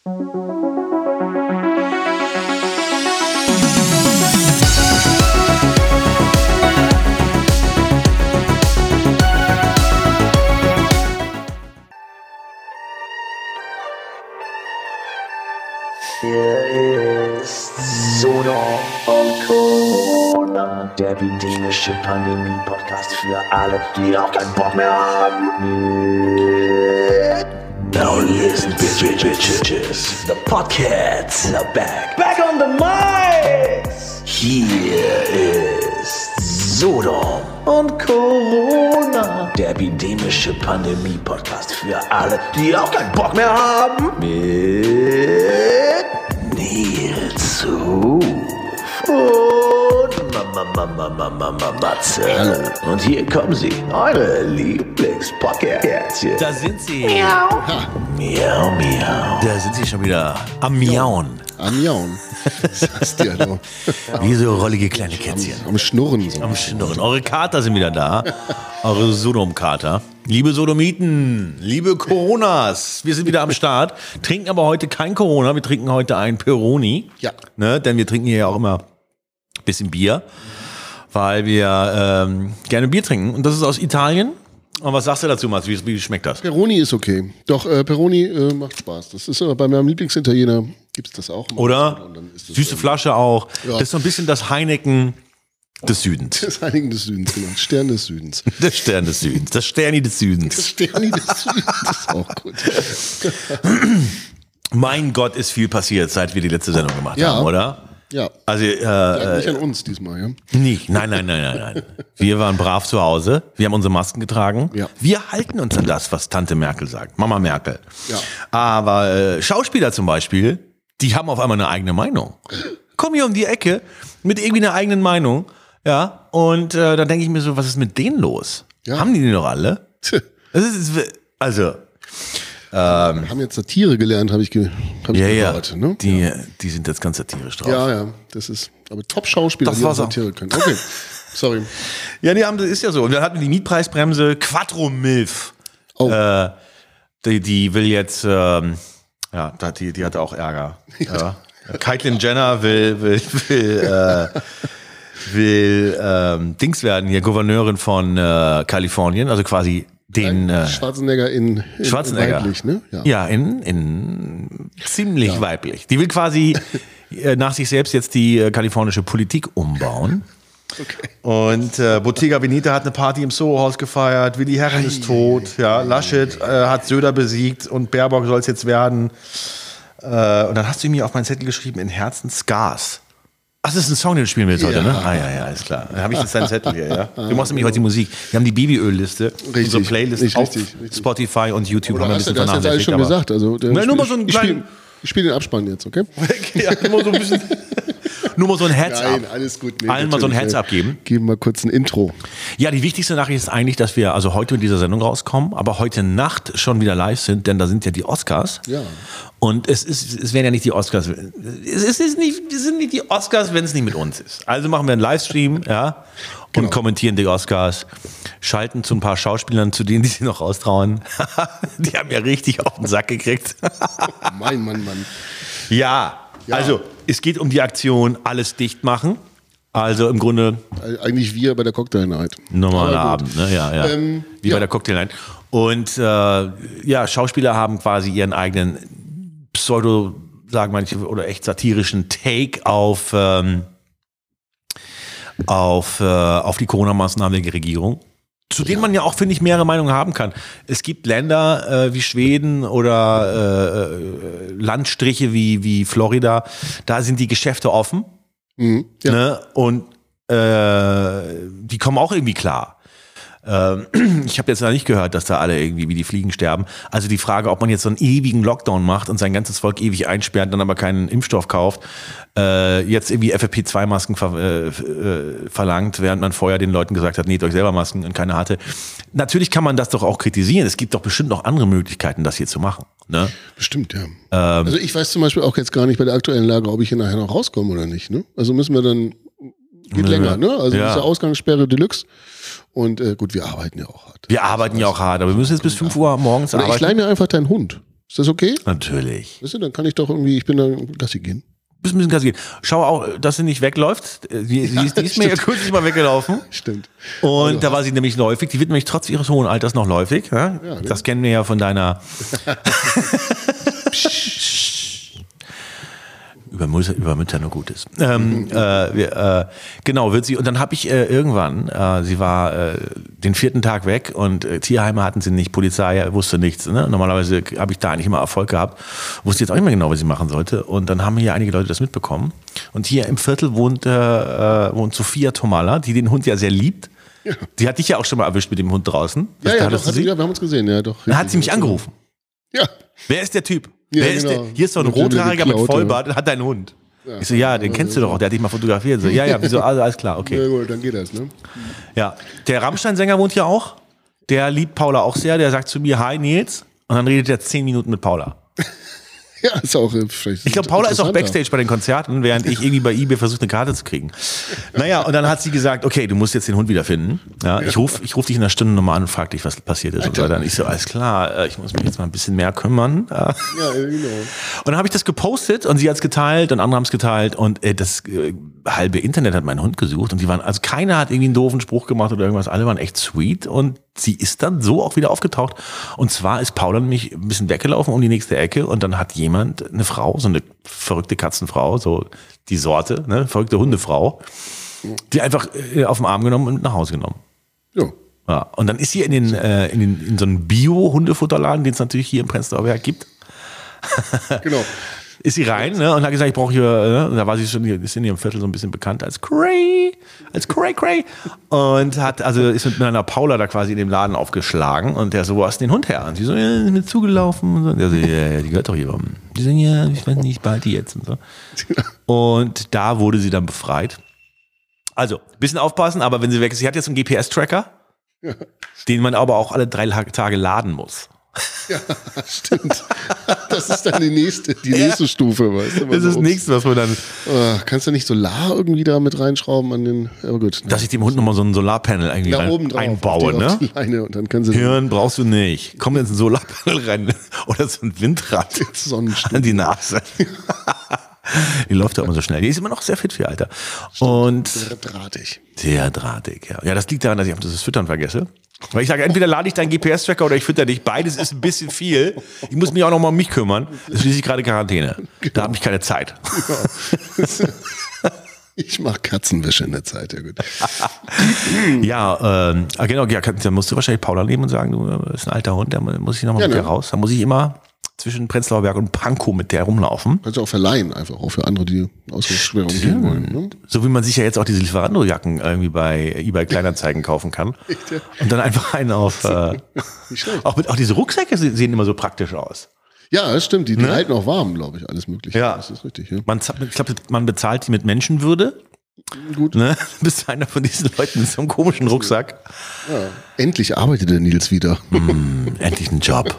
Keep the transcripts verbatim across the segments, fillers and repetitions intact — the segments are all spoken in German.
Hier ist Sodom und Corona, der epidemische Pandemie-Podcast für alle, die auch keinen Bock mehr haben. Now listen, bitches, bitches. The Podcasts are back. Back on the mics. Hier ist Sodom und Corona, der epidemische Pandemie-Podcast für alle, die auch keinen Bock mehr haben. Mit Nils Ruf und Mama, Mama, Mama, Mama, Matze. Hallo. Und hier kommen sie, eure Lieblings-Podcast. Da sind sie. Miau. Miau, miau. Da sind sie schon wieder am Miauen. Am Miauen. Das heißt ja doch. Wie so rollige kleine Kätzchen. Am, am Schnurren. So. Am Schnurren. Eure Kater sind wieder da. Eure Sodom-Kater. Liebe Sodomiten, liebe Coronas, wir sind wieder am Start. Trinken aber heute kein Corona, wir trinken heute ein Peroni. Ja. Ne, denn wir trinken hier ja auch immer ein bisschen Bier, weil wir ähm, gerne Bier trinken. Und das ist aus Italien. Und was sagst du dazu, Mats? Wie, wie schmeckt das? Peroni ist okay. Doch, äh, Peroni äh, macht Spaß. Das ist aber bei meinem Lieblingsitaliener gibt es das auch. Oder? Und dann ist das Süße Flasche auch. Ja. Das ist so ein bisschen das Heineken des Südens. Das Heiligen des Südens, genau. Stern des Südens. Der Stern des Südens. Das Sterni des Das Südens. Sterni des Südens ist auch gut. Mein Gott, ist viel passiert, seit wir die letzte Sendung gemacht Ja. haben, oder? Ja. Also, äh, Ja, nicht äh, an uns diesmal, ja. nicht. Nein, nein, nein, nein, nein. Wir waren brav zu Hause. Wir haben unsere Masken getragen. Ja. Wir halten uns an das, was Tante Merkel sagt. Mama Merkel. Ja. Aber äh, Schauspieler zum Beispiel, die haben auf einmal eine eigene Meinung. Kommen hier um die Ecke mit irgendwie einer eigenen Meinung. Ja. Und äh, dann denke ich mir so, was ist mit denen los? Ja. Haben die die noch alle? Das ist, also, Wir haben jetzt Satire gelernt, habe ich, ge hab ich ja, ja. gehört. Ne? Die, die sind jetzt ganz satirisch drauf. Ja, ja. Das ist aber Top-Schauspieler, Das die auch war's auch. Satire können. Okay. Sorry. Ja, die haben, das ist ja so. Und dann hatten wir die Mietpreisbremse, Quattro Milf. Oh. Äh, die, die will jetzt, ähm, ja, die, die hatte auch Ärger. Ja. Caitlyn Jenner will, will, will, äh, will ähm, Dings werden, hier Gouverneurin von äh, Kalifornien, also quasi den äh, Schwarzenegger in, in, Schwarzenegger. in weiblich, ne? Ja, in, in ziemlich weiblich. Die will quasi äh, nach sich selbst jetzt die äh, kalifornische Politik umbauen. Okay. Und äh, Bottega Veneta hat eine Party im Soho-Haus gefeiert, Willi Herren ist tot, ja, Laschet äh, hat Söder besiegt und Baerbock soll es jetzt werden. Äh, und dann hast du mir auf meinen Zettel geschrieben, in Herzen Scars. Ach, das ist ein Song, den du spielen willst heute, Ja. ne? Ah ja, ja, ist klar. Dann habe ich jetzt deinen Zettel hier, ja. Du machst nämlich heute die Musik. Wir haben die Babyöl-Liste, Richtig, unsere Playlist richtig, auf richtig, richtig. Spotify und YouTube Oder haben wir ein hast du bisschen das jetzt alles vernachlässigt. schon aber- gesagt? Also, der, Na, nur mal so einen ich spiele kleinen- spiel den Abspann jetzt, okay? ja, nur mal so ein bisschen. Nur mal so ein Heads up. Nein, alles gut. Nee, Allen mal so ein natürlich, Heads ey. up geben. Geben wir kurz ein Intro. Ja, die wichtigste Nachricht ist eigentlich, dass wir also heute mit dieser Sendung rauskommen, aber heute Nacht schon wieder live sind, denn da sind ja die Oscars. Ja. Und es ist, es werden ja nicht die Oscars. Es ist nicht, es sind nicht die Oscars, wenn es nicht mit uns ist. Also machen wir einen Livestream, ja, und Genau. kommentieren die Oscars, schalten zu ein paar Schauspielern, zu denen, die sich noch raustrauen. Die haben ja richtig auf den Sack gekriegt. Mein Mann, Mann. Ja, Ja. also es geht um die Aktion Alles dicht machen. Also im Grunde Eig- Eigentlich wir bei der Cocktail Night. normaler Aber gut. Abend, ne? Ja, ja. Ähm, Wie ja. bei der Cocktail Night. Und äh, ja, Schauspieler haben quasi ihren eigenen Pseudo, sagen manche, oder echt satirischen Take auf, ähm, auf, äh, auf die Corona-Maßnahmen der Regierung. Zu denen man ja auch, finde ich, mehrere Meinungen haben kann. Es gibt Länder äh, wie Schweden oder äh, äh, Landstriche wie, wie Florida, da sind die Geschäfte offen. Mhm. Ja. Ne? Und äh, die kommen auch irgendwie klar. Ähm, ich habe jetzt noch nicht gehört, dass da alle irgendwie wie die Fliegen sterben. Also die Frage, ob man jetzt so einen ewigen Lockdown macht und sein ganzes Volk ewig einsperrt, dann aber keinen Impfstoff kauft, äh, jetzt irgendwie F F P zwei Masken ver äh, äh, verlangt, während man vorher den Leuten gesagt hat, näht euch selber Masken und keine hatte. Natürlich kann man das doch auch kritisieren. Es gibt doch bestimmt noch andere Möglichkeiten, das hier zu machen. Ne? Bestimmt, ja. Ähm, Also ich weiß zum Beispiel auch jetzt gar nicht bei der aktuellen Lage, ob ich hier nachher noch rauskomme oder nicht. Ne? Also müssen wir dann, geht Ja. länger, ne? Also Ja. diese Ausgangssperre Deluxe. Und äh, gut, wir arbeiten ja auch hart. Wir arbeiten ja auch hart, aber wir müssen jetzt bis fünf Uhr morgens Oder ich arbeiten. leih mir einfach deinen Hund. Ist das okay? Natürlich. Weißt du, dann kann ich doch irgendwie, ich bin da Gassi gehen. Bist ein bisschen Gassi gehen. Schau auch, dass sie nicht wegläuft. Die, ja, die ist, die ist mir ja kürzlich mal weggelaufen. Stimmt. Und also, da war sie nämlich läufig. Die wird nämlich trotz ihres hohen Alters noch läufig. Ja? Ja, das kennen wir ja von deiner... Über Mütter, über Mütter nur Gutes. Ähm, äh, wir, äh, genau, wird sie, und dann habe ich äh, irgendwann, äh, sie war äh, den vierten Tag weg und äh, Tierheime hatten sie nicht, Polizei wusste nichts. Ne? Normalerweise habe ich da eigentlich immer Erfolg gehabt, wusste jetzt auch nicht mehr genau, was sie machen sollte. Und dann haben hier einige Leute das mitbekommen. Und hier im Viertel wohnt, äh, wohnt Sophia Tomala, die den Hund ja sehr liebt. Ja. Die hat dich ja auch schon mal erwischt mit dem Hund draußen. Ja, ja, doch, hat, ja, wir haben uns gesehen. Ja, doch. Dann hat sie mich angerufen. Ja. Wer ist der Typ? Ja, Wer ist genau. der? Hier ist so ein Rothaariger mit Vollbart und hat deinen Hund. Ja. Ich so, ja, den kennst du doch auch, der hat dich mal fotografiert. So, ja, ja, wieso, also, alles klar, okay. Ja gut, dann geht das, ne? Ja, der Rammstein-Sänger wohnt hier auch. Der liebt Paula auch sehr. Der sagt zu mir, hi Nils. Und dann redet er zehn Minuten mit Paula. Ja, ist auch vielleicht. Ich glaube, Paula ist auch Backstage bei den Konzerten, während ich irgendwie bei eBay versuche, eine Karte zu kriegen. Naja, und dann hat sie gesagt, okay, du musst jetzt den Hund wiederfinden. Ja, ich rufe ich ruf dich in einer Stunde nochmal an und frage dich, was passiert ist. Und so weiter. Und ich so, alles klar, ich muss mich jetzt mal ein bisschen mehr kümmern. Ja, genau. Und dann habe ich das gepostet und sie hat es geteilt und andere haben es geteilt. Und äh, das äh, halbe Internet hat meinen Hund gesucht. Und die waren, also keiner hat irgendwie einen doofen Spruch gemacht oder irgendwas. Alle waren echt sweet. Und sie ist dann so auch wieder aufgetaucht. Und zwar ist Paula nämlich ein bisschen weggelaufen um die nächste Ecke und dann hat jemand, eine Frau, so eine verrückte Katzenfrau, so die Sorte, ne, verrückte Hundefrau, die einfach auf den Arm genommen und nach Hause genommen. Ja. Ja. Und dann ist sie in den, äh, in den, in so einen Bio-Hundefutterladen, den es natürlich hier im Prenzlauer Berg gibt. Genau. Ist sie rein, ne, und hat gesagt, ich brauche hier, ne, und da war sie schon, ist in ihrem Viertel so ein bisschen bekannt als Cray, als Cray Cray, und hat, also ist mit einer Paula da quasi in dem Laden aufgeschlagen und der so, wo hast du den Hund her? Und sie so, ja, ist mir zugelaufen, und so. Und der so, ja, ja, die gehört doch hier. Die so, ja, ich weiß nicht, bald die jetzt und so. Und da wurde sie dann befreit. Also, bisschen aufpassen, aber wenn sie weg ist, sie hat jetzt einen G P S-Tracker, ja, den man aber auch alle drei Tage laden muss. Ja, stimmt. Das ist dann die nächste, die nächste ja. Stufe, weißt du? Das ist das nächste, was wir dann. Oh, kannst du nicht Solar irgendwie da mit reinschrauben an den. Aber gut. Dass ich dem Hund nochmal so ein Solarpanel irgendwie da rein, oben drauf, einbaue, auf die, ne? auf die Leine und dann kann sie Hirn brauchst du nicht. Komm jetzt ein Solarpanel rein oder so ein Windrad an die Nase. Die läuft ja immer so schnell. Die ist immer noch sehr fit für ihr Alter. Und sehr drahtig. Sehr drahtig, ja. Ja, das liegt daran, dass ich das Füttern vergesse. Weil ich sage, entweder lade ich deinen G P S-Tracker oder ich fütter dich. Beides ist ein bisschen viel. Ich muss mich auch noch mal um mich kümmern. Das ist schließlich gerade Quarantäne. Da habe ich keine Zeit. Ja. Ich mache Katzenwäsche in der Zeit, ja gut. Ja, ähm, genau, ja, da musst du wahrscheinlich Paula nehmen und sagen, du bist ein alter Hund, da muss ich noch mal ja, mit ne? dir raus. Da muss ich immer zwischen Prenzlauer Berg und Pankow mit der rumlaufen. Kannst du auch verleihen, einfach auch für andere, die Ausgangssperrung gehen wollen. Ne? So wie man sich ja jetzt auch diese Lieferando-Jacken irgendwie bei eBay Kleinanzeigen kaufen kann. Und dann einfach einen auf. Äh, auch, mit, auch diese Rucksäcke sehen immer so praktisch aus. Ja, das stimmt. Die, die ne? halten auch warm, glaube ich, alles Mögliche. Ja. Das ist richtig. Ja. Man, ich glaube, man bezahlt die mit Menschenwürde. Gut. Ne? Bist du einer von diesen Leuten mit so einem komischen Rucksack? Ja. Endlich arbeitet der Nils wieder. Mm, endlich ein Job.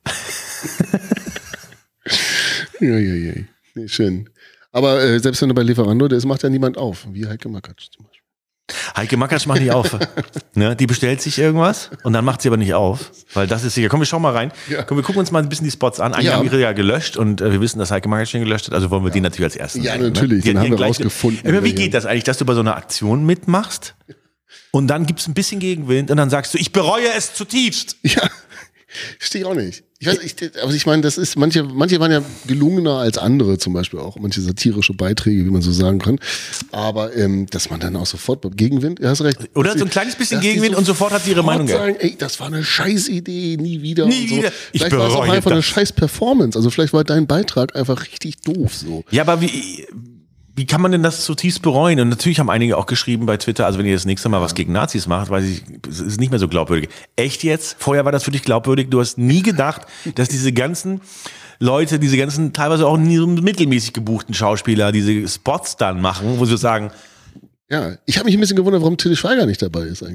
ja, ja, ja. Nee, schön. Aber äh, selbst wenn du bei Lieferando, das macht ja niemand auf. Wie Heike Makatsch zum Beispiel. Heike Makatsch macht nicht auf. Ne? Die bestellt sich irgendwas und dann macht sie aber nicht auf. Weil das ist sicher. Komm, wir schauen mal rein. Ja. Komm, wir gucken uns mal ein bisschen die Spots an. Einen ja. haben wir ja gelöscht und äh, wir wissen, dass Heike Makatsch den gelöscht hat. Also wollen wir ja. den natürlich als erstes. Ja, sehen, natürlich. Ne? Den haben wir rausgefunden. Aber wie geht das eigentlich, dass du bei so einer Aktion mitmachst und dann gibt es ein bisschen Gegenwind und dann sagst du, ich bereue es zutiefst. Ja. Verstehe ich auch nicht. Ich weiß, ich, aber ich meine, das ist, manche, manche waren ja gelungener als andere, zum Beispiel auch manche satirische Beiträge, wie man so sagen kann. Aber ähm, dass man dann auch sofort Gegenwind, du hast recht. Oder so ein kleines bisschen Gegenwind so und sofort hat sie ihre Meinung sagen, ey, das war eine scheiß Idee, nie wieder. Nie so. wieder. Ich vielleicht war es auch einfach das. eine scheiß Performance. Also vielleicht war dein Beitrag einfach richtig doof so. Ja, aber wie. Wie kann man denn das zutiefst bereuen? Und natürlich haben einige auch geschrieben bei Twitter, also wenn ihr das nächste Mal was gegen Nazis macht, weiß ich, es ist nicht mehr so glaubwürdig. Echt jetzt? Vorher war das für dich glaubwürdig? Du hast nie gedacht, dass diese ganzen Leute, diese ganzen teilweise auch nie so mittelmäßig gebuchten Schauspieler diese Spots dann machen, wo sie sagen... Ja, ich habe mich ein bisschen gewundert, warum Til Schweiger nicht dabei ist eigentlich.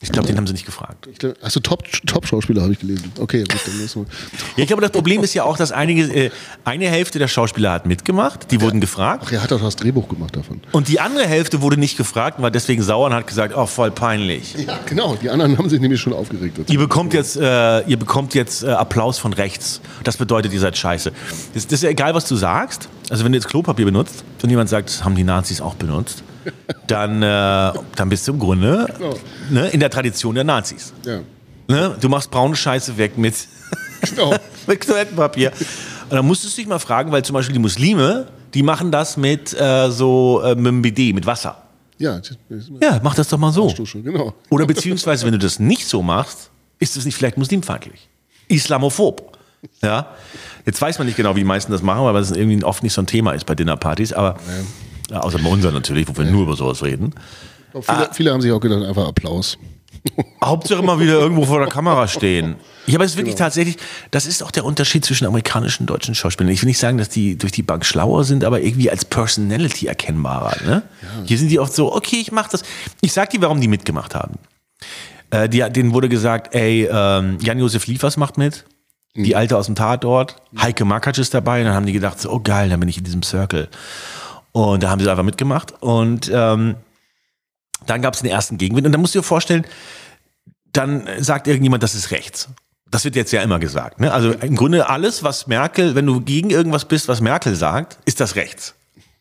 Ich glaube, den haben sie nicht gefragt. Achso, Top-Schauspieler Top habe ich gelesen. Okay, gut, dann müssen wir. Ja, ich glaube, das Problem ist ja auch, dass einige, äh, eine Hälfte der Schauspieler hat mitgemacht, die ja. wurden gefragt. Ach, er hat auch das Drehbuch gemacht davon. Und die andere Hälfte wurde nicht gefragt und war deswegen sauer und hat gesagt, oh, voll peinlich. Ja, genau, die anderen haben sich nämlich schon aufgeregt. Dazu. Ihr bekommt jetzt, äh, ihr bekommt jetzt äh, Applaus von rechts. Das bedeutet, ihr seid scheiße. Das, das ist ja egal, was du sagst. Also wenn du jetzt Klopapier benutzt und jemand sagt, das haben die Nazis auch benutzt, dann, äh, dann bist du im Grunde genau. ne, in der Tradition der Nazis. Ja. Ne? Du machst braune Scheiße weg mit, genau. mit Toilettenpapier. Und dann musstest du dich mal fragen, weil zum Beispiel die Muslime, die machen das mit äh, so äh, mit dem B D, mit Wasser. Ja, ja, mach das doch mal so. Genau. Oder beziehungsweise, wenn du das nicht so machst, ist es nicht vielleicht muslimfeindlich, islamophob. Ja? Jetzt weiß man nicht genau, wie die meisten das machen, weil das irgendwie oft nicht so ein Thema ist bei Dinnerpartys, aber ja. Ja, außer bei unseren natürlich, wo wir ja. nur über sowas reden. Viele, ah, viele haben sich auch gedacht, einfach Applaus. Hauptsache mal wieder irgendwo vor der Kamera stehen. Ja, aber es ist wirklich genau. tatsächlich, das ist auch der Unterschied zwischen amerikanischen und deutschen Schauspielern. Ich will nicht sagen, dass die durch die Bank schlauer sind, aber irgendwie als Personality erkennbarer. Ne? Ja. Hier sind die oft so, okay, ich mach das. Ich sag dir, warum die mitgemacht haben. Äh, die, denen wurde gesagt, ey, ähm, Jan-Josef Liefers macht mit. Mhm. Die Alte aus dem Tatort. Mhm. Heike Makatsch ist dabei. Und dann haben die gedacht, so, oh geil, dann bin ich in diesem Circle. Und da haben sie einfach mitgemacht. Und ähm, dann gab es den ersten Gegenwind. Und dann musst du dir vorstellen, dann sagt irgendjemand, das ist rechts. Das wird jetzt ja immer gesagt. Ne? Also im Grunde alles, was Merkel, wenn du gegen irgendwas bist, was Merkel sagt, ist das rechts.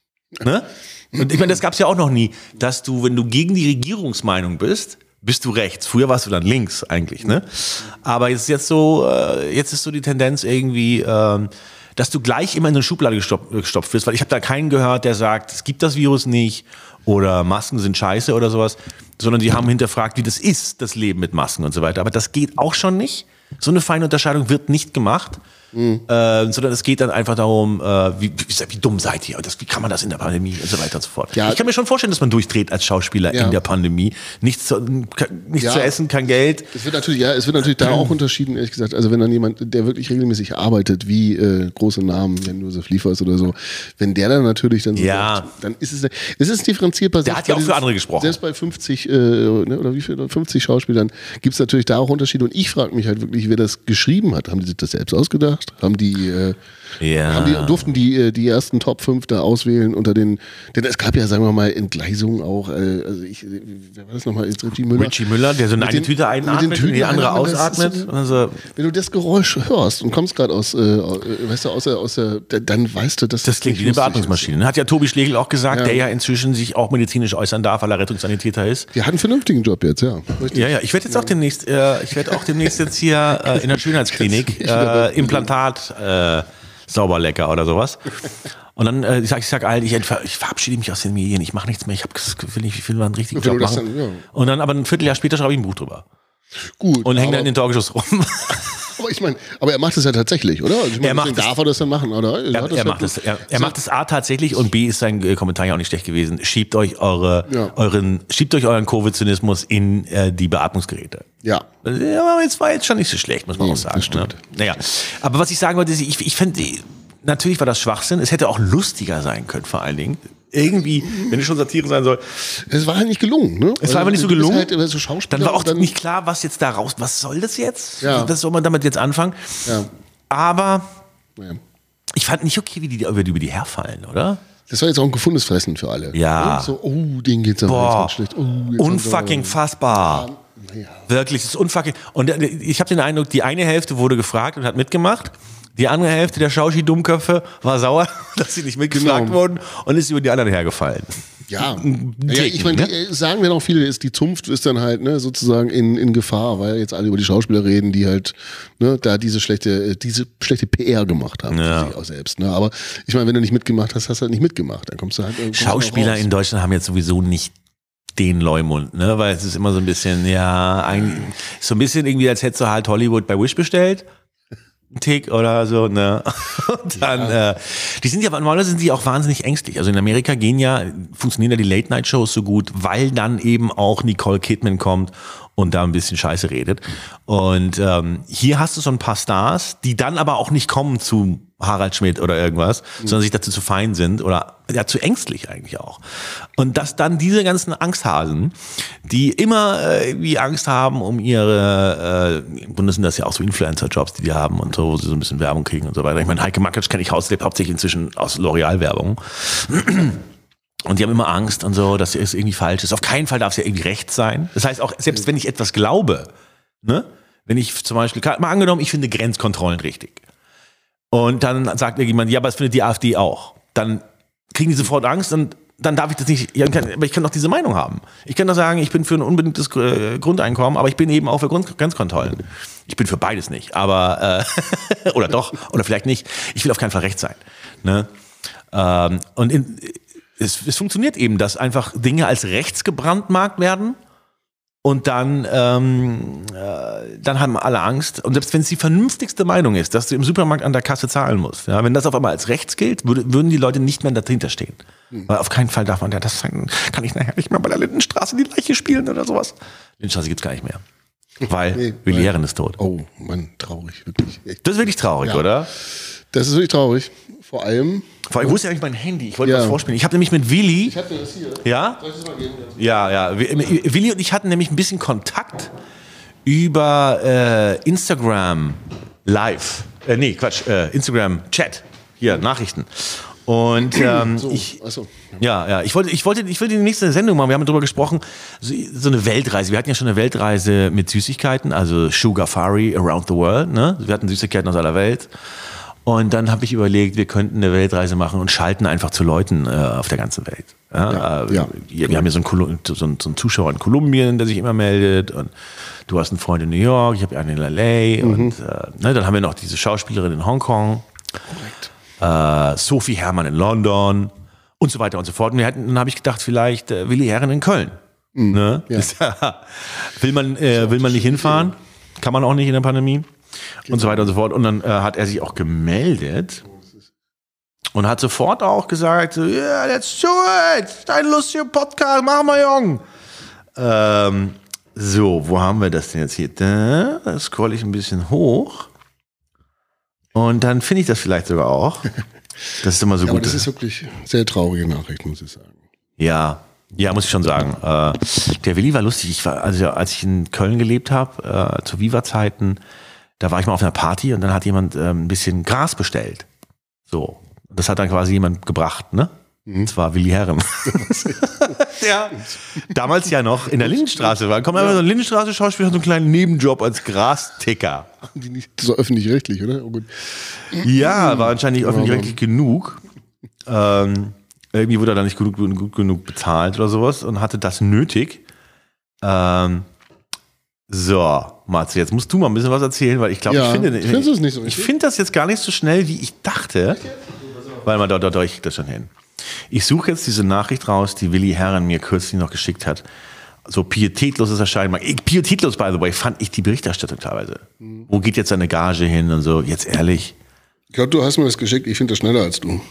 Ne? Und ich meine, das gab es ja auch noch nie, dass du, wenn du gegen die Regierungsmeinung bist, bist du rechts. Früher warst du dann links eigentlich. Ne? Aber jetzt ist jetzt so, äh, jetzt ist so die Tendenz irgendwie, äh, dass du gleich immer in eine Schublade gestopft, gestopft wirst, weil ich habe da keinen gehört, der sagt, es gibt das Virus nicht oder Masken sind scheiße oder sowas, sondern die haben hinterfragt, wie das ist, das Leben mit Masken und so weiter. Aber das geht auch schon nicht. So eine feine Unterscheidung wird nicht gemacht, mhm. äh, sondern es geht dann einfach darum, äh, wie, wie, wie dumm seid ihr, das, wie kann man das in der Pandemie und so weiter und so fort. Ja. Ich kann mir schon vorstellen, dass man durchdreht als Schauspieler ja. in der Pandemie. Nichts zu, nichts ja. zu essen, kein Geld. Es wird natürlich, ja, es wird natürlich da auch unterschieden, ehrlich gesagt. Also wenn dann jemand, der wirklich regelmäßig arbeitet, wie äh, große Namen, Jan-Josef Liefers oder so, wenn der dann natürlich dann so ja. sagt, dann ist es, es ist differenzierbar. Der hat ja auch für andere gesprochen. Selbst bei fünfzig, äh, ne, oder wie viel, fünfzig Schauspielern gibt es natürlich da auch Unterschiede. Und ich frage mich halt wirklich, wer das geschrieben hat. Haben die sich das selbst ausgedacht? Haben die, äh, ja. haben die durften die die ersten Top fünf da auswählen unter den, denn es gab ja, sagen wir mal, Entgleisungen auch, äh, also ich, wer war das nochmal, Richie Müller? Richie Müller, der so eine den, Tüte einatmet und die andere ausatmet. So, also, wenn du das Geräusch hörst und kommst gerade aus, äh, weißt du, aus der, aus der, dann weißt du, dass das, das klingt wie eine Beatmungsmaschine. Hat ja Tobi Schlegel auch gesagt, ja. der ja inzwischen sich auch medizinisch äußern darf, weil er Rettungssanitäter ist. Der hat einen vernünftigen Job jetzt, ja. Richtig. Ja, ja, ich werde jetzt auch demnächst, äh, ich werde auch demnächst jetzt hier äh, in der Schönheitsklinik äh, Implantat äh, sauber lecker oder sowas. Und dann äh, ich sag ich sag allen, ich, ich verabschiede mich aus den Medien, ich mache nichts mehr, ich habe will ich will mal einen richtigen Job machen. Dann, ja. Und dann aber ein Vierteljahr später schreibe ich ein Buch drüber. Gut. Und hänge dann in den Talkshows rum. Aber ich meine, aber er macht es ja tatsächlich, oder? Also ich mein, er macht darf er das dann machen, oder? Er, er, er macht es. Er, er macht es A tatsächlich und B ist sein äh, Kommentar ja auch nicht schlecht gewesen. Schiebt euch eure, ja. euren, schiebt euch euren Covid-Zynismus in äh, die Beatmungsgeräte. Ja. Ja, jetzt war jetzt schon nicht so schlecht, muss man nee, auch sagen. Das stimmt. Ne? Naja. Aber was ich sagen wollte, ist, ich, ich finde, natürlich war das Schwachsinn. Es hätte auch lustiger sein können, vor allen Dingen. Irgendwie, wenn es schon Satire sein soll. Es war halt nicht gelungen, ne? Es war einfach nicht so gelungen. Halt so dann war auch dann nicht klar, was jetzt da raus, was soll das jetzt? Ja. Was soll man damit jetzt anfangen? Ja. Aber ja. ich fand nicht okay, wie die über die, über die herfallen, oder? Das war jetzt auch ein gefundenes Fressen für alle. Ja. So, oh, denen geht's aber jetzt schlecht. Oh, unfucking fassbar. Ja. Wirklich, das ist unfucking. Und ich habe den Eindruck, die eine Hälfte wurde gefragt und hat mitgemacht. Die andere Hälfte der Schauchi-Dummköpfe war sauer, dass sie nicht mitgefragt genau. wurden und ist über die anderen hergefallen. Ja, ja ich meine, ne? sagen wir noch viele, ist die Zunft ist dann halt ne, sozusagen in, in Gefahr, weil jetzt alle über die Schauspieler reden, die halt ne, da diese schlechte, diese schlechte P R gemacht haben, ja. für sich auch selbst. Ne? Aber ich meine, wenn du nicht mitgemacht hast, hast du halt nicht mitgemacht. Dann kommst du halt kommst Schauspieler in Deutschland haben jetzt sowieso nicht den Leumund, ne? Weil es ist immer so ein bisschen, ja, eigentlich, so ein bisschen irgendwie, als hättest du halt Hollywood bei Wish bestellt. Tick oder so, ne? Und dann, ja. äh, die sind ja, normalerweise sind die auch wahnsinnig ängstlich. Also in Amerika gehen ja, funktionieren ja die Late-Night-Shows so gut, weil dann eben auch Nicole Kidman kommt und da ein bisschen Scheiße redet. Und ähm, hier hast du so ein paar Stars, die dann aber auch nicht kommen zu Harald Schmidt oder irgendwas, mhm. sondern sich dazu zu fein sind oder ja, zu ängstlich eigentlich auch. Und dass dann diese ganzen Angsthasen, die immer äh, irgendwie Angst haben um ihre, äh, im Grunde sind das ja auch so Influencer-Jobs, die die haben und so, wo sie so ein bisschen Werbung kriegen und so weiter. Ich meine, Heike Makatsch kenne ich hauptsächlich, hauptsächlich inzwischen aus L'Oreal-Werbung. Und die haben immer Angst und so, dass es irgendwie falsch ist. Auf keinen Fall darf es ja irgendwie recht sein. Das heißt auch, selbst wenn ich etwas glaube, ne, wenn ich zum Beispiel, mal angenommen, ich finde Grenzkontrollen richtig. Und dann sagt irgendjemand, ja, aber das findet die AfD auch. Dann kriegen die sofort Angst und dann darf ich das nicht, ja, kann, aber ich kann doch diese Meinung haben. Ich kann doch sagen, ich bin für ein unbedingtes äh, Grundeinkommen, aber ich bin eben auch für Grund, Grenzkontrollen. Ich bin für beides nicht, aber, äh, oder doch, oder vielleicht nicht. Ich will auf keinen Fall recht sein. Ne? Ähm, und in, es, es funktioniert eben, dass einfach Dinge als rechts gebrandmarkt werden. Und dann, ähm, äh, dann haben alle Angst. Und selbst wenn es die vernünftigste Meinung ist, dass du im Supermarkt an der Kasse zahlen musst, ja, wenn das auf einmal als rechts gilt, würde, würden die Leute nicht mehr dahinter stehen. Mhm. Weil auf keinen Fall darf man ja das sagen, kann ich nachher nicht mehr bei der Lindenstraße die Leiche spielen oder sowas. Lindenstraße gibt's gar nicht mehr. Weil nee, Willi Herren ist tot. Oh Mann, traurig, wirklich. Echt. Das ist wirklich traurig, ja. Oder? Das ist wirklich traurig. Vor allem. Vor allem, wo ist ja eigentlich mein Handy? Ich wollte ja. was vorspielen. Ich habe nämlich mit Willi. Ich hatte das hier. Ja? Soll ich das mal geben? Ja, ja. Willi und ich hatten nämlich ein bisschen Kontakt über äh, Instagram Live. Äh, nee, Quatsch. Äh, Instagram Chat. Hier, Nachrichten. Und ähm, so, ich, so. ja, ja, ich wollte, ich wollte, ich wollte die nächste Sendung machen. Wir haben darüber gesprochen, so, so eine Weltreise. Wir hatten ja schon eine Weltreise mit Süßigkeiten, also Sugafari around the world. Ne? Wir hatten Süßigkeiten aus aller Welt. Und dann habe ich überlegt, wir könnten eine Weltreise machen und schalten einfach zu Leuten äh, auf der ganzen Welt. Ja, ja, äh, ja. Wir, wir haben ja so einen, so, einen, so einen Zuschauer in Kolumbien, der sich immer meldet. Und du hast einen Freund in New York, ich habe einen in L A. Mhm. Und äh, ne, dann haben wir noch diese Schauspielerin in Hongkong. Korrekt. Äh, Sophie Herrmann in London und so weiter und so fort. Und wir hatten, dann habe ich gedacht, vielleicht äh, Willi Herren in Köln. Mhm. Ne? Ja. Ist, will man, äh, will man nicht hinfahren? Kann man auch nicht in der Pandemie. Und so weiter und so fort. Und dann äh, hat er sich auch gemeldet und hat sofort auch gesagt, ja, yeah, let's do it, dein lustiger Podcast, mach mal, Jung. Ähm, so, wo haben wir das denn jetzt hier? Da, da scroll ich ein bisschen hoch und dann finde ich das vielleicht sogar auch. Das ist immer so ja, gut. Aber das ist wirklich sehr traurige Nachricht, muss ich sagen. Ja, ja, muss ich schon sagen. Äh, der Willi war lustig. Ich war, also als ich in Köln gelebt habe, äh, zu Viva-Zeiten, da war ich mal auf einer Party und dann hat jemand ähm, ein bisschen Gras bestellt. So. Das hat dann quasi jemand gebracht, ne? Mhm. Und zwar Willi Herren. Ja. Damals ja noch in der Lindenstraße war. Kommt einfach so ein Lindenstraße-Schauspieler, hat so einen kleinen Nebenjob als Grasticker. Die nicht so öffentlich-rechtlich, oder? Oh gut. Ja, war anscheinend nicht öffentlich-rechtlich genug. Ähm, irgendwie wurde er dann nicht gut, gut genug bezahlt oder sowas und hatte das nötig. Ähm, So, Matze, jetzt musst du mal ein bisschen was erzählen, weil ich glaube, ja, ich finde ich, es nicht so ich finde das jetzt gar nicht so schnell, wie ich dachte. Weil man dort, dort, dort, ich krieg das schon hin. Ich suche jetzt diese Nachricht raus, die Willi Herren mir kürzlich noch geschickt hat. So pietätloses Erscheinen. Pietätlos, by the way, fand ich die Berichterstattung teilweise. Mhm. Wo geht jetzt seine Gage hin und so? Jetzt ehrlich. Ich glaube, du hast mir das geschickt, ich finde das schneller als du.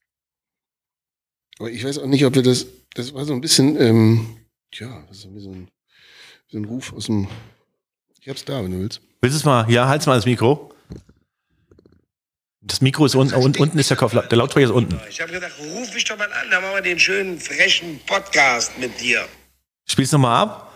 Aber ich weiß auch nicht, ob wir das, das war so ein bisschen, ähm, tja, das ist so ein bisschen so ein Ruf aus dem, ich hab's da, wenn du willst. Willst du es mal, ja, halt's mal das Mikro. Das Mikro ist unten, und, unten ist der Kopf, der Lautsprecher ist unten. Ich habe gedacht, ruf mich doch mal an, dann machen wir den schönen, frechen Podcast mit dir. Spielst du mal ab?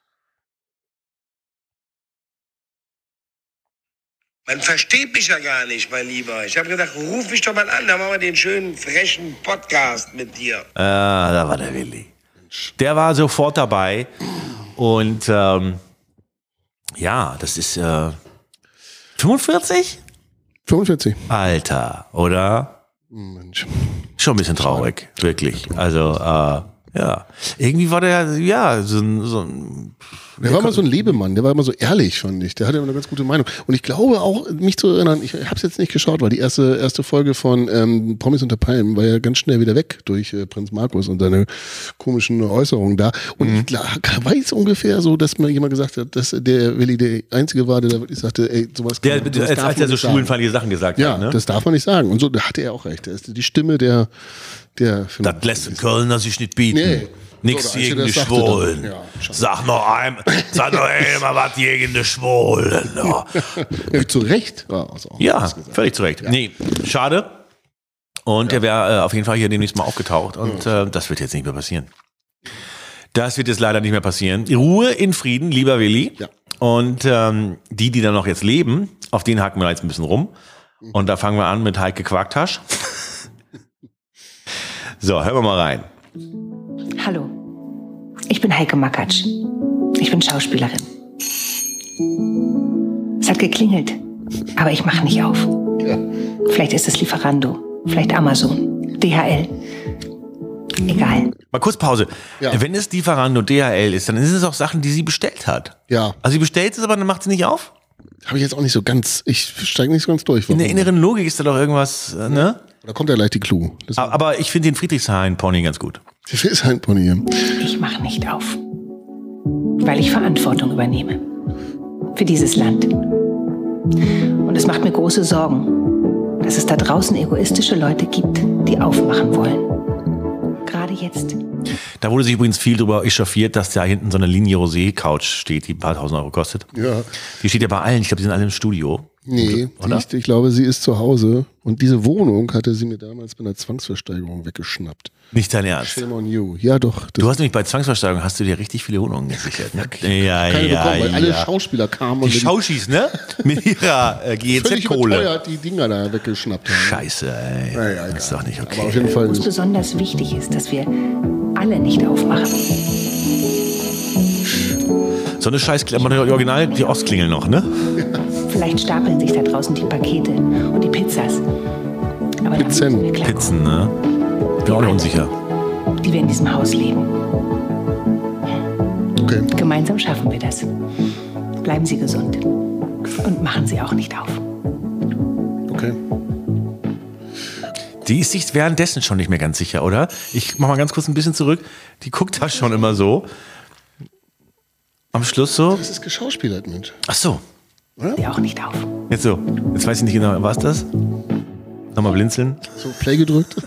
Man versteht mich ja gar nicht, mein Lieber. Ich habe gedacht, ruf mich doch mal an, dann machen wir den schönen, frechen Podcast mit dir. Ah, da war der Willi. Der war sofort dabei. Und ähm, ja, das ist äh, fünfundvierzig? fünfundvierzig. Alter, oder? Mensch. Schon ein bisschen traurig, wirklich. Also, äh, ja. Irgendwie war der, ja, so ein... So ein der war immer so ein Lebemann, der war immer so ehrlich, fand ich. Der hatte immer eine ganz gute Meinung. Und ich glaube auch, mich zu erinnern, ich habe es jetzt nicht geschaut, weil die erste erste Folge von ähm, Promis unter Palmen war ja ganz schnell wieder weg durch äh, Prinz Markus und seine komischen Äußerungen da. Und mhm. ich glaub, weiß ungefähr so, dass mir jemand gesagt hat, dass der Willi der Einzige war, der da wirklich sagte, ey, sowas kann der, man, sowas als, als er so schwulenfeindliche Sachen gesagt ja, hat. Ja, ne? Das darf man nicht sagen. Und so, da hatte er auch recht. Das ist die Stimme der... Der das lässt ein Kölner sich nicht bieten. Okay. Nix So, der gegen die Einzige, der sagte Schwulen. dann. Ja, schade. Sag noch einmal, sag noch einmal was gegen die Schwulen. Ja, Ja, zu Recht. Ja, also auch ja was gesagt. völlig zu Recht. Nee, schade. Und er wäre äh, auf jeden Fall hier demnächst mal aufgetaucht. Und äh, das wird jetzt nicht mehr passieren. Das wird jetzt leider nicht mehr passieren. Ruhe in Frieden, lieber Willi. Ja. Und ähm, die, die da noch jetzt leben, auf denen hacken wir jetzt ein bisschen rum. Und da fangen wir an mit Heike Quarktasch. So, hören wir mal rein. Hallo, ich bin Heike Makatsch. Ich bin Schauspielerin. Es hat geklingelt, aber ich mache nicht auf. Ja. Vielleicht ist es Lieferando, vielleicht Amazon, D H L. Egal. Mal kurz Pause. Ja. Wenn es Lieferando D H L ist, dann ist es auch Sachen, die sie bestellt hat. Ja. Also sie bestellt es, aber dann macht sie nicht auf? Habe ich jetzt auch nicht so ganz, ich steige nicht so ganz durch. In der Warum? inneren Logik ist da doch irgendwas, äh, ne? Da kommt ja gleich die Clou. Das Aber ich finde den Friedrichshain-Pony ganz gut. ist ein Pony hier. Ich mache nicht auf, weil ich Verantwortung übernehme. Für dieses Land. Und es macht mir große Sorgen, dass es da draußen egoistische Leute gibt, die aufmachen wollen. Gerade jetzt. Da wurde sich übrigens viel drüber echauffiert, dass da hinten so eine Linie Rosé-Couch steht, die ein paar tausend Euro kostet. Ja. Die steht ja bei allen, ich glaube, die sind alle im Studio. Nee, Oder? ich, ich glaube, sie ist zu Hause. Und diese Wohnung hatte sie mir damals bei einer Zwangsversteigerung weggeschnappt. Nicht dein Ernst. Shame on you. Ja, doch. Das Du hast nämlich bei Zwangsversteigerung hast du dir richtig viele Wohnungen gesichert. Ne? Ja, keine ja, bekommen, weil alle ja. Schauspieler kamen Die und Schauschis, ne? Mit ihrer äh, G E völlig Z-Kohle. überteuert die Dinger da weggeschnappt haben. Scheiße, ey. Ja, ja, das ist egal. doch nicht okay. Aber auf jeden Fall. Uns besonders wichtig ist, dass wir alle nicht aufmachen. So eine scheiß die Original, die Ostklingel noch, ne? Vielleicht stapeln sich da draußen die Pakete und die Pizzas. Aber damit Pizzen. müssen wir klar, Pizzen, ne? Bin auch nicht unsicher. die wir in diesem Haus leben. Okay. Gemeinsam schaffen wir das. Bleiben Sie gesund. Und machen Sie auch nicht auf. Okay. Die ist sich währenddessen schon nicht mehr ganz sicher, oder? Ich mach mal ganz kurz ein bisschen zurück. Die guckt da schon immer so. Am Schluss so. Das ist geschauspielert, Mensch. Ach so. Sie auch nicht auf. Jetzt so. Jetzt weiß ich nicht genau, war es das? Nochmal blinzeln. So Play gedrückt.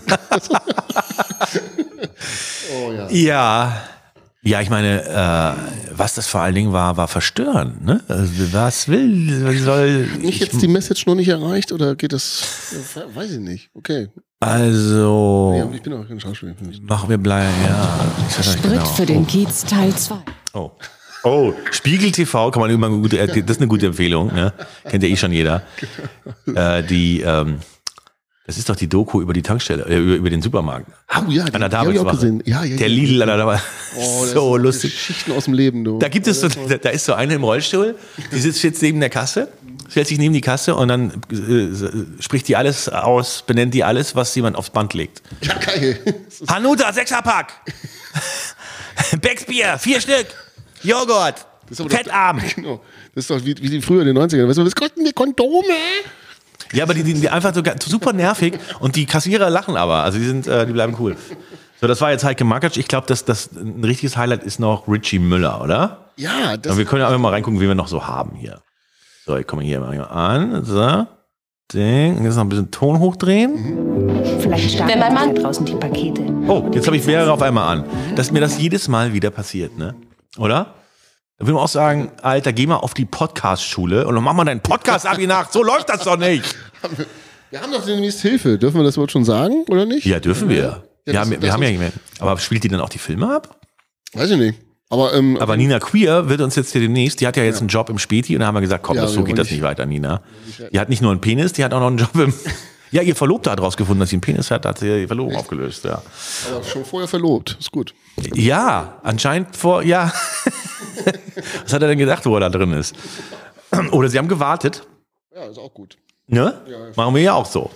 Oh ja. Ja. Ja, ich meine, äh, was das vor allen Dingen war, war verstörend. Ne? Also, was will, was soll. Nicht jetzt die Message noch nicht erreicht oder geht das? Ja, weiß ich nicht. Okay. Also. Ja, ich bin auch kein Schauspieler. Machen wir bleiben, ja. Ich weiß nicht Sprit genau. für den Kiez Teil zwei. Oh. Oh, Spiegel T V kann man immer gut, äh, das ist eine gute Empfehlung, ne? Kennt ja eh schon jeder. Äh, die, ähm, das ist doch die Doku über die Tankstelle, äh, über, über den Supermarkt. Oh ja, die, An der die hab ich auch Davidswache. gesehen. Ja, ja, Der ja. Lidl an der Davidswache. Oh, das So sind lustig. Geschichten aus dem Leben, du. Da gibt es so, da, da ist so eine im Rollstuhl, die sitzt jetzt neben der Kasse, stellt sich neben die Kasse und dann äh, spricht die alles aus, benennt die alles, was jemand aufs Band legt. Ja, geil. Das ist- Hanuta, Sechserpack. Becksbier, vier Stück. Joghurt. das ist aber doch- Fettarm. Genau. Das ist doch wie, wie die früher in den neunzigern. Weißt du, was kosten die Kondome? Ja, aber die, die, die einfach so ga- super nervig und die Kassierer lachen aber. Also die sind, äh, die bleiben cool. So, das war jetzt Heike Makatsch. Ich glaube, dass das ein richtiges Highlight ist noch Richie Müller, oder? Ja, das Aber wir können ja einfach mal reingucken, wie wir noch so haben hier. So, ich komme hier mal an. So. Ding. Und jetzt noch ein bisschen Ton hochdrehen. Vielleicht stapeln Wenn mein sich Mann- da draußen die Pakete. Oh, jetzt habe ich mehrere auf einmal an. Dass mir das jedes Mal wieder passiert, ne? Oder? Da will man auch sagen, Alter, geh mal auf die Podcast-Schule und dann mach mal deinen Podcast-Abi nach. So läuft das doch nicht. wir haben doch demnächst Hilfe. Dürfen wir das überhaupt schon sagen, oder nicht? Ja, dürfen wir. Ja, wir das- haben, wir das haben ja ist- nicht mehr. Aber spielt die dann auch die Filme ab? Weiß ich nicht. Aber, ähm, Aber Nina Queer wird uns jetzt hier demnächst, die hat ja jetzt einen Job im Späti und da haben wir gesagt, komm, Ja, das, so wir geht wollen das nicht- nicht weiter, Nina. Die hat nicht nur einen Penis, die hat auch noch einen Job im... Ja, ihr Verlobter hat rausgefunden, dass sie einen Penis hat, hat sie die Verlobung aufgelöst, ja. aber schon vorher verlobt. Ist gut. Ja, anscheinend vor, ja. Was hat er denn gedacht, wo er da drin ist? Oder sie haben gewartet, Ja, ist auch gut. ne? Machen wir ja auch so.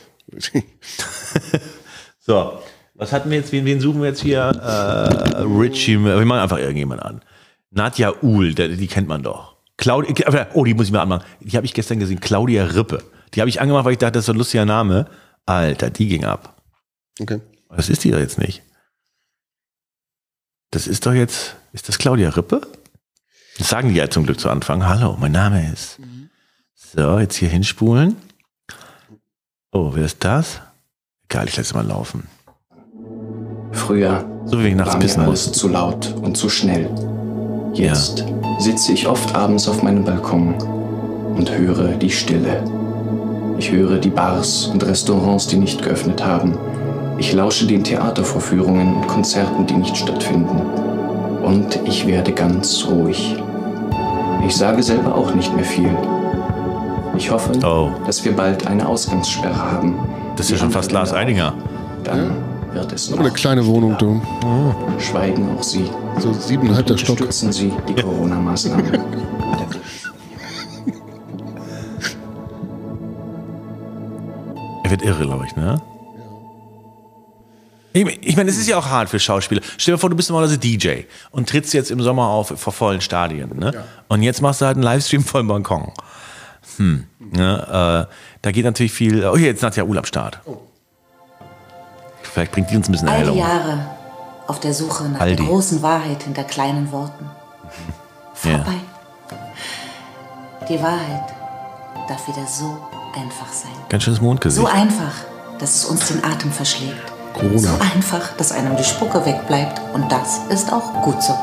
So, was hatten wir jetzt, wen, wen suchen wir jetzt hier? Äh, Richie, wir machen einfach irgendjemanden an. Nadja Uhl, der, die kennt man doch. Claudia, oh, die muss ich mal anmachen. Die habe ich gestern gesehen, Claudia Rippe. Die habe ich angemacht, weil ich dachte, das ist so ein lustiger Name. Alter, die ging ab. Okay. Das ist die doch jetzt nicht. Das ist doch jetzt, ist das Claudia Rippe? Das sagen die ja zum Glück zu Anfang. Hallo, mein Name ist. So, jetzt hier hinspulen. Oh, wer ist das? Egal, ich lasse mal laufen. Früher So wie ich nachts war mir pissen alles muss. zu laut und zu schnell. Jetzt sitze ich oft abends auf meinem Balkon und höre die Stille. Ich höre die Bars und Restaurants, die nicht geöffnet haben. Ich lausche den Theatervorführungen und Konzerten, die nicht stattfinden. Und ich werde ganz ruhig. Ich sage selber auch nicht mehr viel. Ich hoffe, Oh. dass wir bald eine Ausgangssperre haben. Das ist ja schon fast Lars Eidinger. Dann wird es noch. Eine kleine Wohnung, du. Schweigen auch Sie. So siebeneinhalbter Stock. Unterstützen Sie die Corona-Maßnahmen. Er wird irre, glaube ich, ne? Ich, ich meine, es ist ja auch hart für Schauspieler. Stell dir vor, du bist normalerweise D J und trittst jetzt im Sommer auf vor vollen Stadien, ne? Ja. Und jetzt machst du halt einen Livestream voll Balkon. Hm. Ne? Äh, da geht natürlich viel. Oh, hier, jetzt Nadja Uhl am Start. Oh. Vielleicht bringt die uns ein bisschen All die Erhellung. Jahre auf der Suche nach All der die. großen Wahrheit hinter kleinen Worten. Ja. Vorbei. Die Wahrheit darf wieder so einfach sein. Ganz schönes Mondgesicht. So einfach, dass es uns den Atem verschlägt. Corona. So einfach, dass einem die Spucke wegbleibt. Und das ist auch gut so.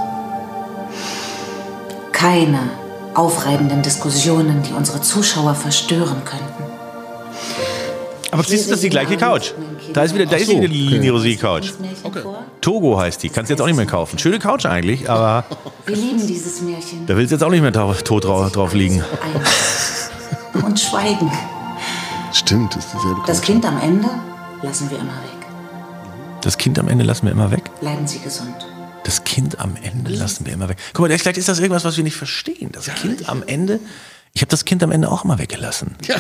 Keine aufreibenden Diskussionen, die unsere Zuschauer verstören könnten. Aber siehst du, das ist die gleiche Couch. Da ist wieder, da ist so, wieder die okay. Linie Rosé Couch. Okay. Togo heißt die. Kannst du jetzt auch nicht mehr kaufen. Schöne Couch eigentlich, aber Wir lieben dieses Märchen. da willst du jetzt auch nicht mehr drauf, tot drauf, drauf liegen. Ein. Und schweigen. Stimmt, das ist dieselbe Das Couch. Kind am Ende lassen wir immer weg. Das Kind am Ende lassen wir immer weg. Bleiben Sie gesund. Das Kind am Ende lassen wir immer weg. Guck mal, vielleicht ist das irgendwas, was wir nicht verstehen. Das Kind am Ende. Ich habe das Kind am Ende auch immer weggelassen. Ja.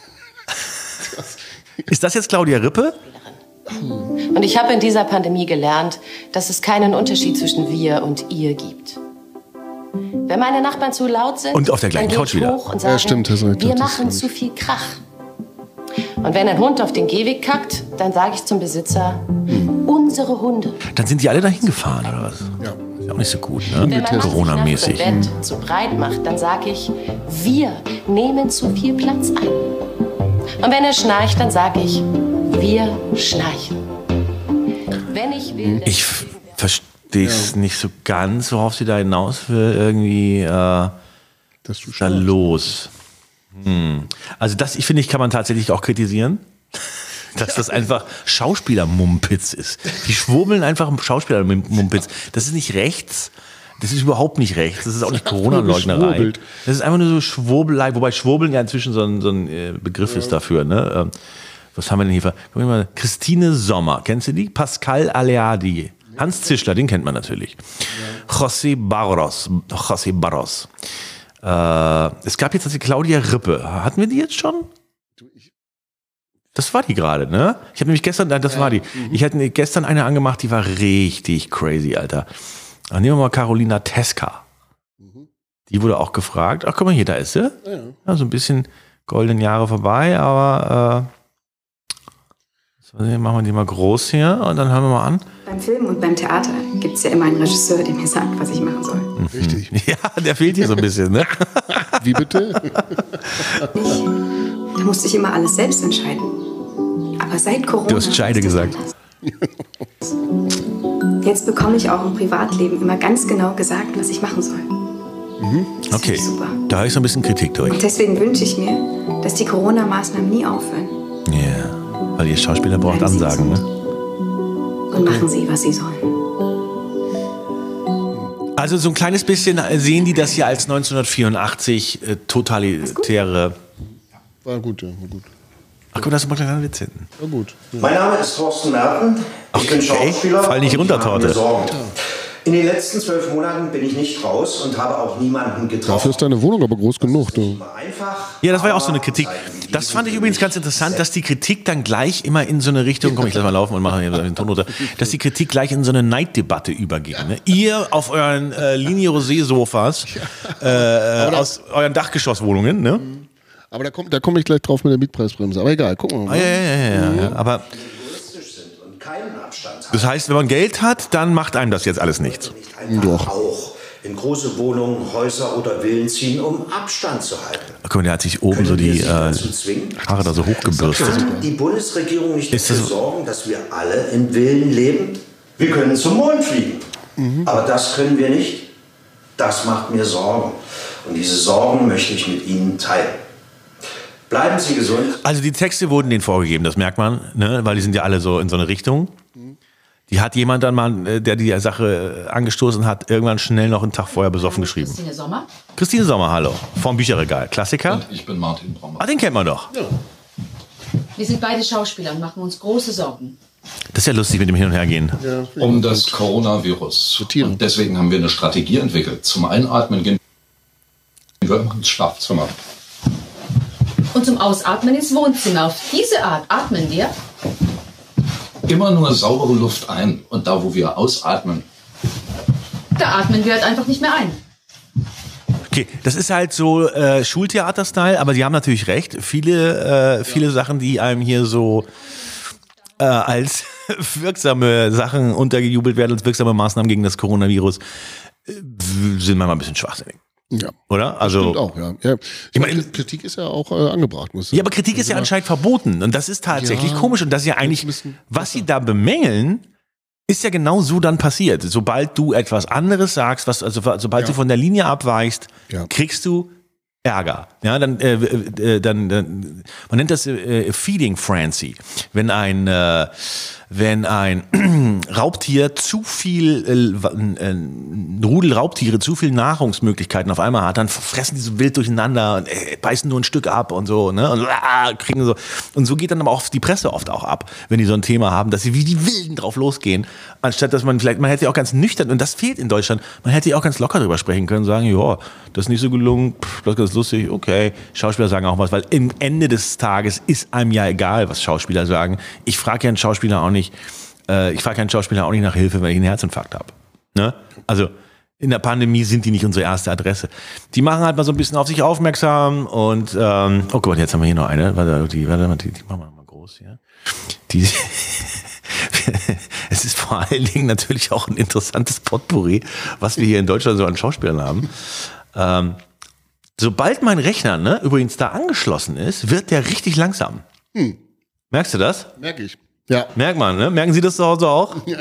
Ist das jetzt Claudia Rippe? Und ich habe in dieser Pandemie gelernt, dass es keinen Unterschied zwischen wir und ihr gibt. Wenn meine Nachbarn zu laut sind, Und auf der gleichen dann gehe Couch ich wieder. hoch und sage, Ja, stimmt, hast recht, wir das machen ist- zu viel Krach. Und wenn ein Hund auf den Gehweg kackt, dann sage ich zum Besitzer, unsere Hunde. Dann sind die alle dahin gefahren, oder was? Ja. Ist auch nicht so gut, Wenn ne? mein Mann sich Corona-mäßig. nachts im Bett zu breit macht, dann sage ich, wir nehmen zu viel Platz ein. Und wenn er schnarcht, dann sage ich, wir schnarchen. Wenn ich will, dass Ich verstehe es nicht so ganz, worauf sie da hinaus will. Irgendwie, äh, Dass du was ist da los? Hm. Also das, ich finde, ich kann man tatsächlich auch kritisieren, dass das einfach Schauspielermumpitz ist. Die schwurbeln einfach Schauspielermumpitz. Das ist nicht rechts. Das ist überhaupt nicht rechts. Das ist auch nicht Corona-Leugnerei. geschwurbelt. Das ist einfach nur so Schwurbelei, wobei Schwurbeln ja inzwischen so ein, so ein äh, Begriff ist dafür. Ne? Ähm, Was haben wir denn hier? für- Guck mal, Christine Sommer, kennst du die? Pascal Aleadi. Hans Zischler, den kennt man natürlich. José Barros. José Barros. Äh, es gab jetzt die Claudia Rippe. Hatten wir die jetzt schon? Das war die gerade, ne? Ich habe nämlich gestern, nein, das war die. Ich hatte gestern eine angemacht, die war richtig crazy, Alter. Dann nehmen wir mal Carolina Teska. Die wurde auch gefragt. Ach, guck mal hier, da ist sie. Ja. Ja, so ein bisschen goldenen Jahre vorbei, aber äh, so, machen wir die mal groß hier und dann hören wir mal an. Beim Film und beim Theater gibt es ja immer einen Regisseur, der mir sagt, was ich machen soll. Richtig. Ja, der fehlt hier so ein bisschen, ne? Wie bitte? Da musste ich immer alles selbst entscheiden. Aber seit Corona... Du hast Scheide ist das gesagt. anders. Jetzt bekomme ich auch im Privatleben immer ganz genau gesagt, was ich machen soll. Das Okay, finde ich super. da habe ich so ein bisschen Kritik durch. Und deswegen wünsche ich mir, dass die Corona-Maßnahmen nie aufhören. Ja, yeah. Weil ihr Schauspieler braucht Bleiben Sie Ansagen, gesund. ne? Und machen Sie, was Sie sollen. Also so ein kleines bisschen sehen die das hier als neunzehnhundertvierundachtzig äh, totalitäre... War gut, ja, war gut. Ach guck, da ist mal ein kleiner Witz hinten. War gut. Ja. Mein Name ist Thorsten Merten. Ich bin Okay, Schauspieler. fall nicht und runter, ich mache Torte. mir Sorgen. In den letzten zwölf Monaten bin ich nicht raus und habe auch niemanden getroffen. Dafür ist deine Wohnung aber groß genug, du. Einfach, Ja, das war ja auch so eine aber Kritik. zeigen die Das fand ich Risiko übrigens ganz interessant, dass die Kritik dann gleich immer in so eine Richtung, komm, ich lass mal laufen und mache hier den Ton runter, dass die Kritik gleich in so eine Neiddebatte überging. Ne? Ihr auf euren äh, Linie Rosé-Sofas äh, aus euren Dachgeschosswohnungen, ne? Aber da komme da komm ich gleich drauf mit der Mietpreisbremse. Aber egal, gucken wir mal. Ah, ja, ja, ja, ja, ja. Aber egoistisch sind und keinen Abstand haben. das heißt, wenn man Geld hat, dann macht einem das jetzt alles nichts. Nicht einfach auch in große Wohnungen, Häuser oder Villen ziehen, um Abstand zu halten. Guck mal, der hat sich oben so die äh, dazu zwingen? Haare da so hochgebürstet. Kann die Bundesregierung nicht Ist dafür das- sorgen, dass wir alle in Villen leben? Wir können zum Mond fliegen. Mhm. Aber das können wir nicht. Das macht mir Sorgen. Und diese Sorgen möchte ich mit Ihnen teilen. Bleiben Sie gesund. Also die Texte wurden denen vorgegeben, das merkt man, ne? Weil die sind ja alle so in so eine Richtung. Die hat jemand dann mal, der die Sache angestoßen hat, irgendwann schnell noch einen Tag vorher besoffen geschrieben. Christine Sommer? Christine Sommer, hallo. Vom Bücherregal. Klassiker? Und ich bin Martin Brommer. Ah, den kennt man doch. Ja. Wir sind beide Schauspieler und machen uns große Sorgen. Das ist ja lustig mit dem Hin- und Hergehen. Ja, um das Coronavirus. Und deswegen haben wir eine Strategie entwickelt. Zum Einatmen gehen wir ins Schlafzimmer. Und zum Ausatmen ins Wohnzimmer. Auf diese Art atmen wir. Immer nur saubere Luft ein. Und da, wo wir ausatmen, da atmen wir halt einfach nicht mehr ein. Okay, das ist halt so äh, Schultheater-Style, aber Sie haben natürlich recht. Viele, äh, viele Sachen, die einem hier so äh, als wirksame Sachen untergejubelt werden, als wirksame Maßnahmen gegen das Coronavirus, äh, sind manchmal ein bisschen schwachsinnig. Ja. Oder? Also, stimmt auch, ja. ja. Ich meine, Kritik ist ja auch äh, angebracht. Muss ja, aber Kritik ist ja anscheinend verboten. Und das ist tatsächlich ja, komisch. Und das ist ja eigentlich, was Sie da bemängeln, ist ja genau so dann passiert. Sobald du etwas anderes sagst, was, also sobald ja. du von der Linie abweichst, ja. kriegst du Ärger. Ja, dann, äh, äh, dann, dann, man nennt das äh, Feeding Frenzy. Wenn ein, äh, wenn ein Raubtier zu viel, äh, ein Rudel Raubtiere zu viel Nahrungsmöglichkeiten auf einmal hat, dann fressen die so wild durcheinander und äh, beißen nur ein Stück ab und so, ne, und äh, kriegen so. Und so geht dann aber auch die Presse oft auch ab, wenn die so ein Thema haben, dass sie wie die Wilden drauf losgehen, anstatt dass man vielleicht, man hätte ja auch ganz nüchtern, und das fehlt in Deutschland, man hätte ja auch ganz locker drüber sprechen können, sagen, ja, das ist nicht so gelungen, pff, das ist ganz lustig, okay, Schauspieler sagen auch was, weil am Ende des Tages ist einem ja egal, was Schauspieler sagen. Ich frage ja einen Schauspieler auch nicht, äh, ich frage keinen Schauspieler auch nicht nach Hilfe, wenn ich einen Herzinfarkt habe. Ne? Also in der Pandemie sind die nicht unsere erste Adresse. Die machen halt mal so ein bisschen auf sich aufmerksam und ähm, oh Gott, jetzt haben wir hier noch eine, warte, die, warte mal, die, die machen wir mal groß hier. Die es ist vor allen Dingen natürlich auch ein interessantes Potpourri, was wir hier in Deutschland so an Schauspielern haben. Ähm, Sobald mein Rechner, ne, übrigens da angeschlossen ist, wird der richtig langsam. Hm. Merkst du das? Merke ich. Ja. Merkt man, ne? Merken Sie das zu Hause auch? Ja.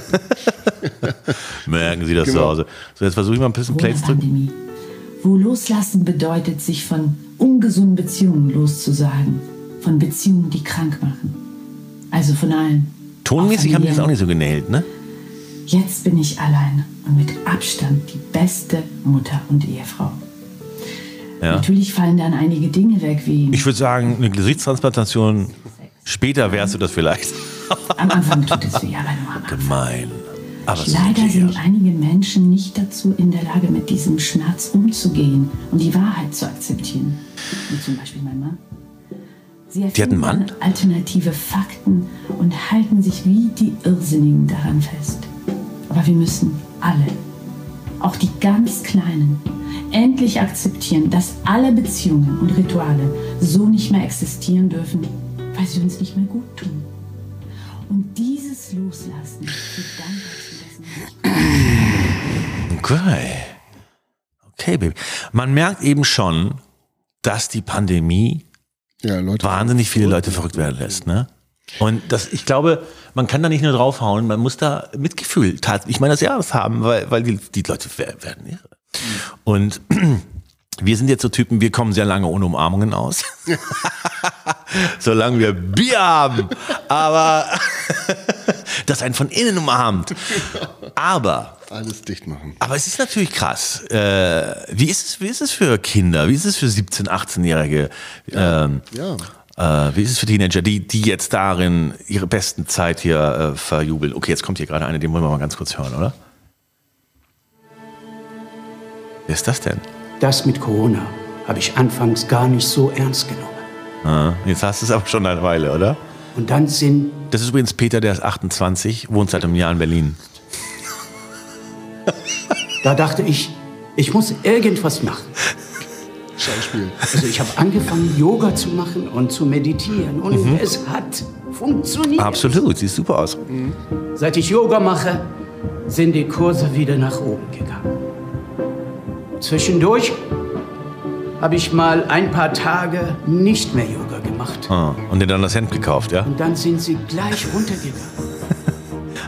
Merken Sie das genau. zu Hause. So, jetzt versuche ich mal ein bisschen Play zu drücken. Wo loslassen bedeutet, sich von ungesunden Beziehungen loszusagen. Von Beziehungen, die krank machen. Also von allen. Tonmäßig haben die das auch nicht so genäht, ne? Jetzt bin ich allein und mit Abstand die beste Mutter und Ehefrau. Ja. Natürlich fallen dann einige Dinge weg, wie... Ich würde sagen, eine Gesichtstransplantation, später wärst du das vielleicht. Am Anfang tut es weh, aber nur am Anfang. Gemein. Aber leider okay, sind ja. einige Menschen nicht dazu in der Lage, mit diesem Schmerz umzugehen und die Wahrheit zu akzeptieren. Wie zum Beispiel mein Mann. Sie erfinden Mann? alternative Fakten und halten sich wie die Irrsinnigen daran fest. Aber wir müssen alle, auch die ganz Kleinen, endlich akzeptieren, dass alle Beziehungen und Rituale so nicht mehr existieren dürfen, weil sie uns nicht mehr gut tun. Und dieses Loslassen führt dann dazu, dass man... Okay. Okay, Baby. Man merkt eben schon, dass die Pandemie ja, Leute, wahnsinnig viele Leute verrückt werden lässt, ne? Und das, ich glaube, man kann da nicht nur draufhauen, man muss da Mitgefühl, ich meine das Jahres haben, weil, weil die, die Leute werden irre. Und wir sind jetzt so Typen, wir kommen sehr lange ohne Umarmungen aus. Solange wir Bier haben. Aber das einen von innen umarmt. Aber alles dicht machen. Aber es ist natürlich krass. Äh, wie ist es, wie ist es für Kinder? Wie ist es für siebzehn-, achtzehnjährige? Ähm, ja. Äh, wie ist es für Teenager, die, die jetzt darin ihre besten Zeit hier äh, verjubeln? Okay, jetzt kommt hier gerade eine, den wollen wir mal ganz kurz hören, oder? Wer ist das denn? Das mit Corona habe ich anfangs gar nicht so ernst genommen. Ah, jetzt hast du es aber schon eine Weile, oder? Und dann sind... Das ist übrigens Peter, der ist achtundzwanzig, wohnt seit einem Jahr in Berlin. Da dachte ich, ich muss irgendwas machen. Schauspiel. Also ich habe angefangen, Yoga zu machen und zu meditieren. Und mhm. es hat funktioniert. Absolut, sieht super aus. Mhm. Seit ich Yoga mache, sind die Kurse wieder nach oben gegangen. Zwischendurch habe ich mal ein paar Tage nicht mehr Yoga gemacht. Ah, und dir dann das Hemd gekauft, ja? Und dann sind sie gleich runtergegangen.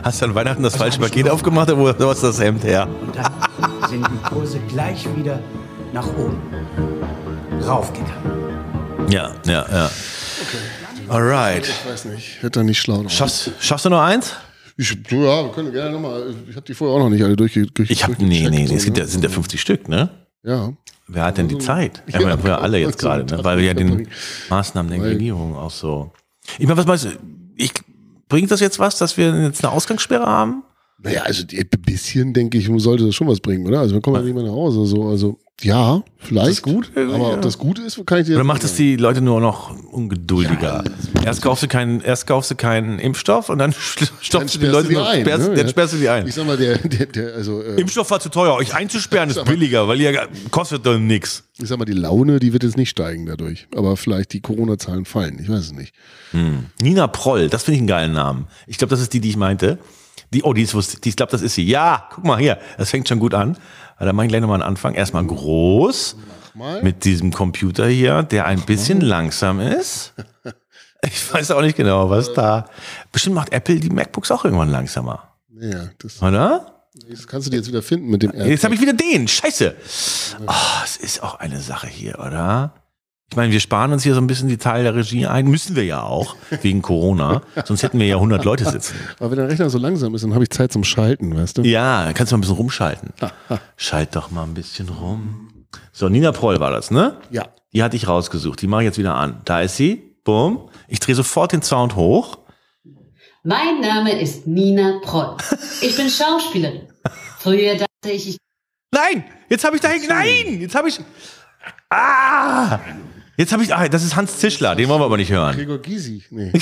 Hast du an Weihnachten das falsche Paket aufgemacht oder wo ist das Hemd her? Und dann sind die Kurse gleich wieder nach oben raufgegangen. Ja, ja, ja. Okay. Alright. Ich weiß nicht, hätte da nicht schlau. Schaffst, schaffst du noch eins? Ich, ja, wir können gerne nochmal. Ich habe die vorher auch noch nicht alle durchge durch, Ich habe, nee, nee, nee, es gibt ja, sind ja fünfzig Stück, ne? Ja. Wer hat denn die Zeit? Ja, ja, wir alle jetzt gerade, ne? Weil wir ja den Maßnahmen der Regierung auch so. Ich meine, was meinst du? Ich, bringt das jetzt was, dass wir jetzt eine Ausgangssperre haben? Naja, also ein bisschen, denke ich, sollte das schon was bringen, oder? Also wir kommen ja nicht mehr nach Hause. So. Also ja, vielleicht. Ist das gut? Aber ob das gut ist, kann ich dir Oder macht es die Leute nur noch ungeduldiger? Ja, erst kaufst du keinen, erst kaufst du keinen Impfstoff und dann stopfst du die Leute nur, ein, sperrst, ne? dann sperrst du die ein. Ich sag mal, der, der, der also äh, Impfstoff war zu teuer, euch einzusperren ist billiger, weil ihr kostet doch nix. Ich sag mal, die Laune, die wird jetzt nicht steigen dadurch. Aber vielleicht die Corona-Zahlen fallen, ich weiß es nicht. Hm. Nina Proll, das finde ich einen geilen Namen. Ich glaube, das ist die, die ich meinte. Die, oh, die ist, die, ich glaube, das ist sie. Ja, guck mal hier, das fängt schon gut an. Da mache ich gleich nochmal einen Anfang. Erstmal groß mit diesem Computer hier, der ein bisschen langsam ist. Ich weiß auch nicht genau, was da. Bestimmt macht Apple die MacBooks auch irgendwann langsamer. Ja, das. Oder? Das kannst du dir jetzt wieder finden mit dem AirTag. Jetzt habe ich wieder den. Scheiße. Oh, es ist auch eine Sache hier, oder? Ich meine, wir sparen uns hier so ein bisschen die Teil der Regie ein. Müssen wir ja auch, wegen Corona. Sonst hätten wir ja hundert Leute sitzen. Aber wenn der Rechner so langsam ist, dann habe ich Zeit zum Schalten, weißt du? Ja, dann kannst du mal ein bisschen rumschalten. Schalt doch mal ein bisschen rum. So, Nina Proll war das, ne? Ja. Die hatte ich rausgesucht. Die mache ich jetzt wieder an. Da ist sie. Bumm. Ich drehe sofort den Sound hoch. Mein Name ist Nina Proll. Ich bin Schauspielerin. Früher dachte ich, ich... Nein! Jetzt habe ich da... Nein! Jetzt habe ich... Ah! Jetzt habe ich, ah, das ist Hans Zischler, den wollen wir aber nicht hören. Gregor Gysi, nee.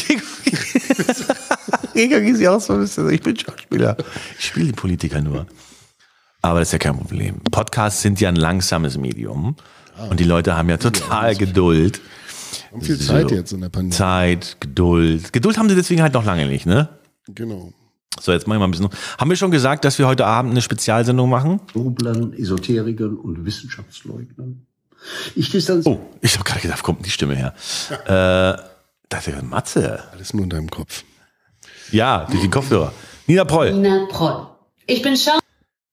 Gregor Gysi auch so ein bisschen, ich bin Schauspieler. Ich spiele die Politiker nur. Aber das ist ja kein Problem. Podcasts sind ja ein langsames Medium. Und die Leute haben ja total Geduld. Haben viel Zeit jetzt in der Pandemie. Zeit, Geduld. Geduld haben sie deswegen halt noch lange nicht, ne? Genau. So, jetzt machen wir mal ein bisschen. Haben wir schon gesagt, dass wir heute Abend eine Spezialsendung machen? Rublern, Esoterikern und Wissenschaftsleugnern. Ich oh, ich habe gerade gedacht, kommt die Stimme her. äh, das ist ja Matze. Alles nur in deinem Kopf. Ja, durch die Kopfhörer. Nina Proll. Nina Proll. Ich bin Schauspielerin.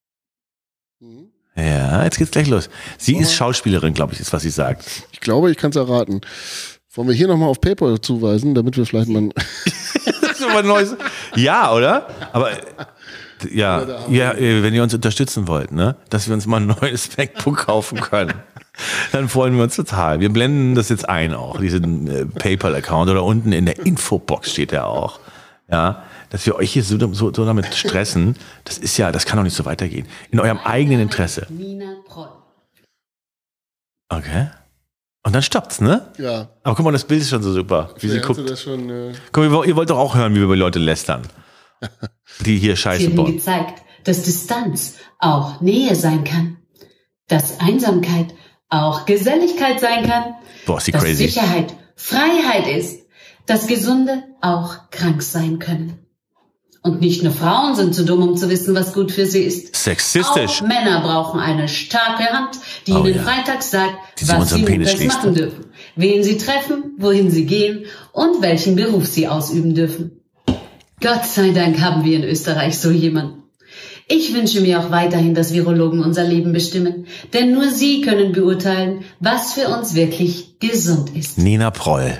Ja, jetzt geht's gleich los. Sie oh. ist Schauspielerin, glaube ich, ist, was sie sagt. Ich glaube, ich kann es erraten. Wollen wir hier nochmal auf PayPal zuweisen, damit wir vielleicht mal... das ist mal Neues. Ja, oder? Aber... Ja, ja, wenn ihr uns unterstützen wollt, ne, dass wir uns mal ein neues MacBook kaufen können, dann freuen wir uns total. Wir blenden das jetzt ein auch, diesen äh, PayPal-Account oder unten in der Infobox steht der auch. Ja, dass wir euch hier so, so, so damit stressen, das ist ja, das kann doch nicht so weitergehen. In eurem eigenen Interesse. Okay. Und dann stoppt's, ne? Ja. Aber guck mal, das Bild ist schon so super. Wie sie guckt. Das schon, äh Guck, ihr wollt doch auch hören, wie wir über Leute lästern. Die hier Scheiße Sie haben bauen. gezeigt, dass Distanz auch Nähe sein kann. Dass Einsamkeit auch Geselligkeit sein kann. Boah, ist die dass crazy. Sicherheit Freiheit ist. Dass Gesunde auch krank sein können. Und nicht nur Frauen sind zu dumm, um zu wissen, was gut für sie ist. Sexistisch. Auch Männer brauchen eine starke Hand, die Oh, ihnen ja. freitags sagt, Die sie was unseren sie Penis montags schließt. machen dürfen, wen sie treffen, wohin sie gehen und welchen Beruf sie ausüben dürfen. Gott sei Dank haben wir in Österreich so jemanden. Ich wünsche mir auch weiterhin, dass Virologen unser Leben bestimmen, denn nur sie können beurteilen, was für uns wirklich gesund ist. Nina Proll.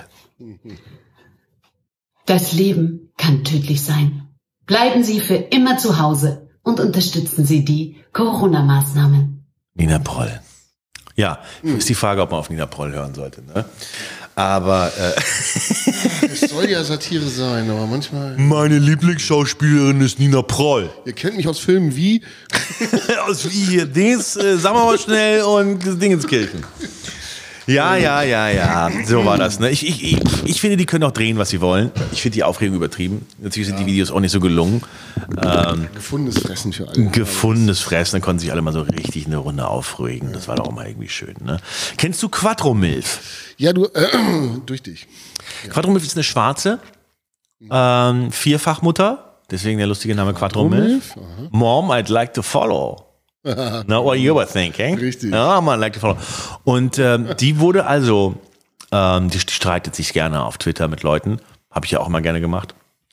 Das Leben kann tödlich sein. Bleiben Sie für immer zu Hause und unterstützen Sie die Corona-Maßnahmen. Nina Proll. Ja, ist die Frage, ob man auf Nina Proll hören sollte. Ne? Aber äh es soll ja Satire sein, aber manchmal... Meine Lieblingsschauspielerin ist Nina Proll. Ihr kennt mich aus Filmen wie... aus wie hier, Dings, äh, sagen wir mal schnell, und Dingenskirchen. Ja, ja, ja, ja, so war das. Ne? Ich, ich, ich, ich finde, die können auch drehen, was sie wollen. Ich finde die Aufregung übertrieben. Natürlich sind die Videos auch nicht so gelungen. Ähm, gefundenes Fressen für alle. Gefundenes Fressen, dann konnten sich alle mal so richtig eine Runde aufregen. Das war doch auch mal irgendwie schön. Ne? Kennst du Quattromilf? Ja, du, äh, durch dich. Ja. Quattromilf ist eine schwarze, ähm, Vierfachmutter, deswegen der lustige Name Quattromilf. Quattromilf? Mom, I'd like to follow. Not what you were thinking. Richtig. Ja, man like to follow. Und ähm, die wurde also, ähm, die, die streitet sich gerne auf Twitter mit Leuten. Habe ich ja auch mal gerne gemacht.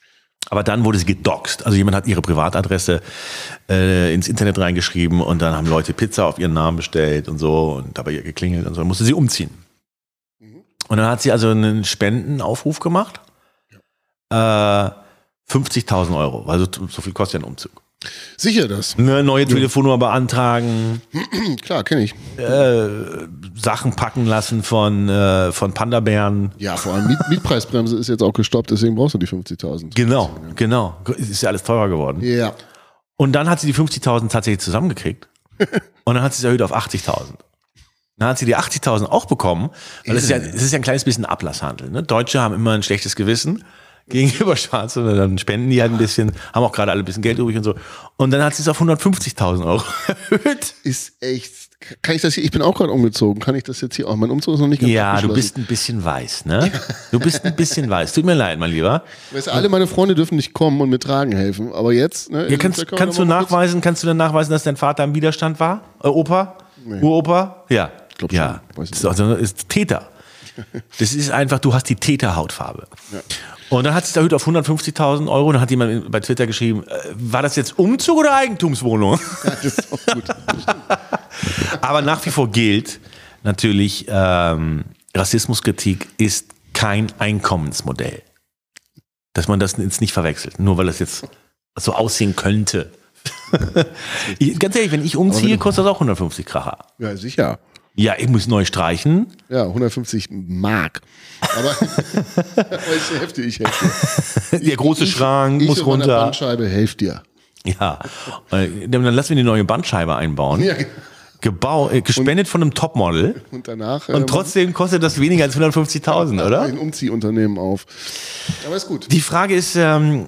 Aber dann wurde sie gedoxt. Also jemand hat ihre Privatadresse äh, ins Internet reingeschrieben und dann haben Leute Pizza auf ihren Namen bestellt und so und dabei ihr geklingelt und so. Dann musste sie umziehen. Mhm. Und dann hat sie also einen Spendenaufruf gemacht. Ja. Äh, fünfzigtausend Euro. Also so viel kostet ja ein Umzug. Sicher das. Eine neue Telefonnummer beantragen. Klar, kenne ich. Äh, Sachen packen lassen von, äh, von Panda-Bären. Ja, vor allem Miet Mietpreisbremse ist jetzt auch gestoppt, deswegen brauchst du die fünfzigtausend. Genau, genau. Ist ja alles teurer geworden. Ja. Und dann hat sie die fünfzigtausend tatsächlich zusammengekriegt. Und dann hat sie es erhöht auf achtzigtausend. Dann hat sie die achtzigtausend auch bekommen, weil es ist, ja, es ist ja ein kleines bisschen Ablasshandel. Ne? Deutsche haben immer ein schlechtes Gewissen gegenüber Schwarzen, und dann spenden die halt ein bisschen, haben auch gerade alle ein bisschen Geld übrig und so. Und dann hat sie es auf hundertfünfzigtausend Euro erhöht. Ist echt. Kann ich das hier, ich bin auch gerade umgezogen, kann ich das jetzt hier auch? Mein Umzug ist noch nicht ganz Ja, du bist ein bisschen weiß, ne? Du bist ein bisschen weiß. Tut mir leid, mein Lieber. Weißt du, alle meine Freunde dürfen nicht kommen und mir tragen helfen, aber jetzt, ne? Ja, kannst, kannst du nachweisen, kannst du dann nachweisen, dass dein Vater im Widerstand war? Äh, Opa? Nee. Uropa? Ja. Ich glaube ja. Das ist, also, ist Täter. Das ist einfach, du hast die Täterhautfarbe. Ja. Und dann hat es erhöht auf hundertfünfzigtausend Euro. Und dann hat jemand bei Twitter geschrieben, äh, war das jetzt Umzug oder Eigentumswohnung? Ja, das ist auch gut. Aber nach wie vor gilt natürlich, ähm, Rassismuskritik ist kein Einkommensmodell. Dass man das jetzt nicht verwechselt, nur weil das jetzt so aussehen könnte. Ganz ehrlich, wenn ich umziehe, kostet das auch hundertfünfzig Kracher. Ja, sicher. Ja, ich muss neu streichen. Ja, hundertfünfzig Mark. Aber, aber ich helfe dir, ich helfe dir. Der große Schrank ich, muss ich runter. Die Bandscheibe hilft dir. Ja, dann lassen wir eine neue Bandscheibe einbauen. Ja. Gebau, äh, gespendet und, von einem Topmodel. Und danach. Und trotzdem kostet das weniger als hundertfünfzigtausend, oder? Ein Umziehunternehmen auf. Aber ist gut. Die Frage ist, ähm,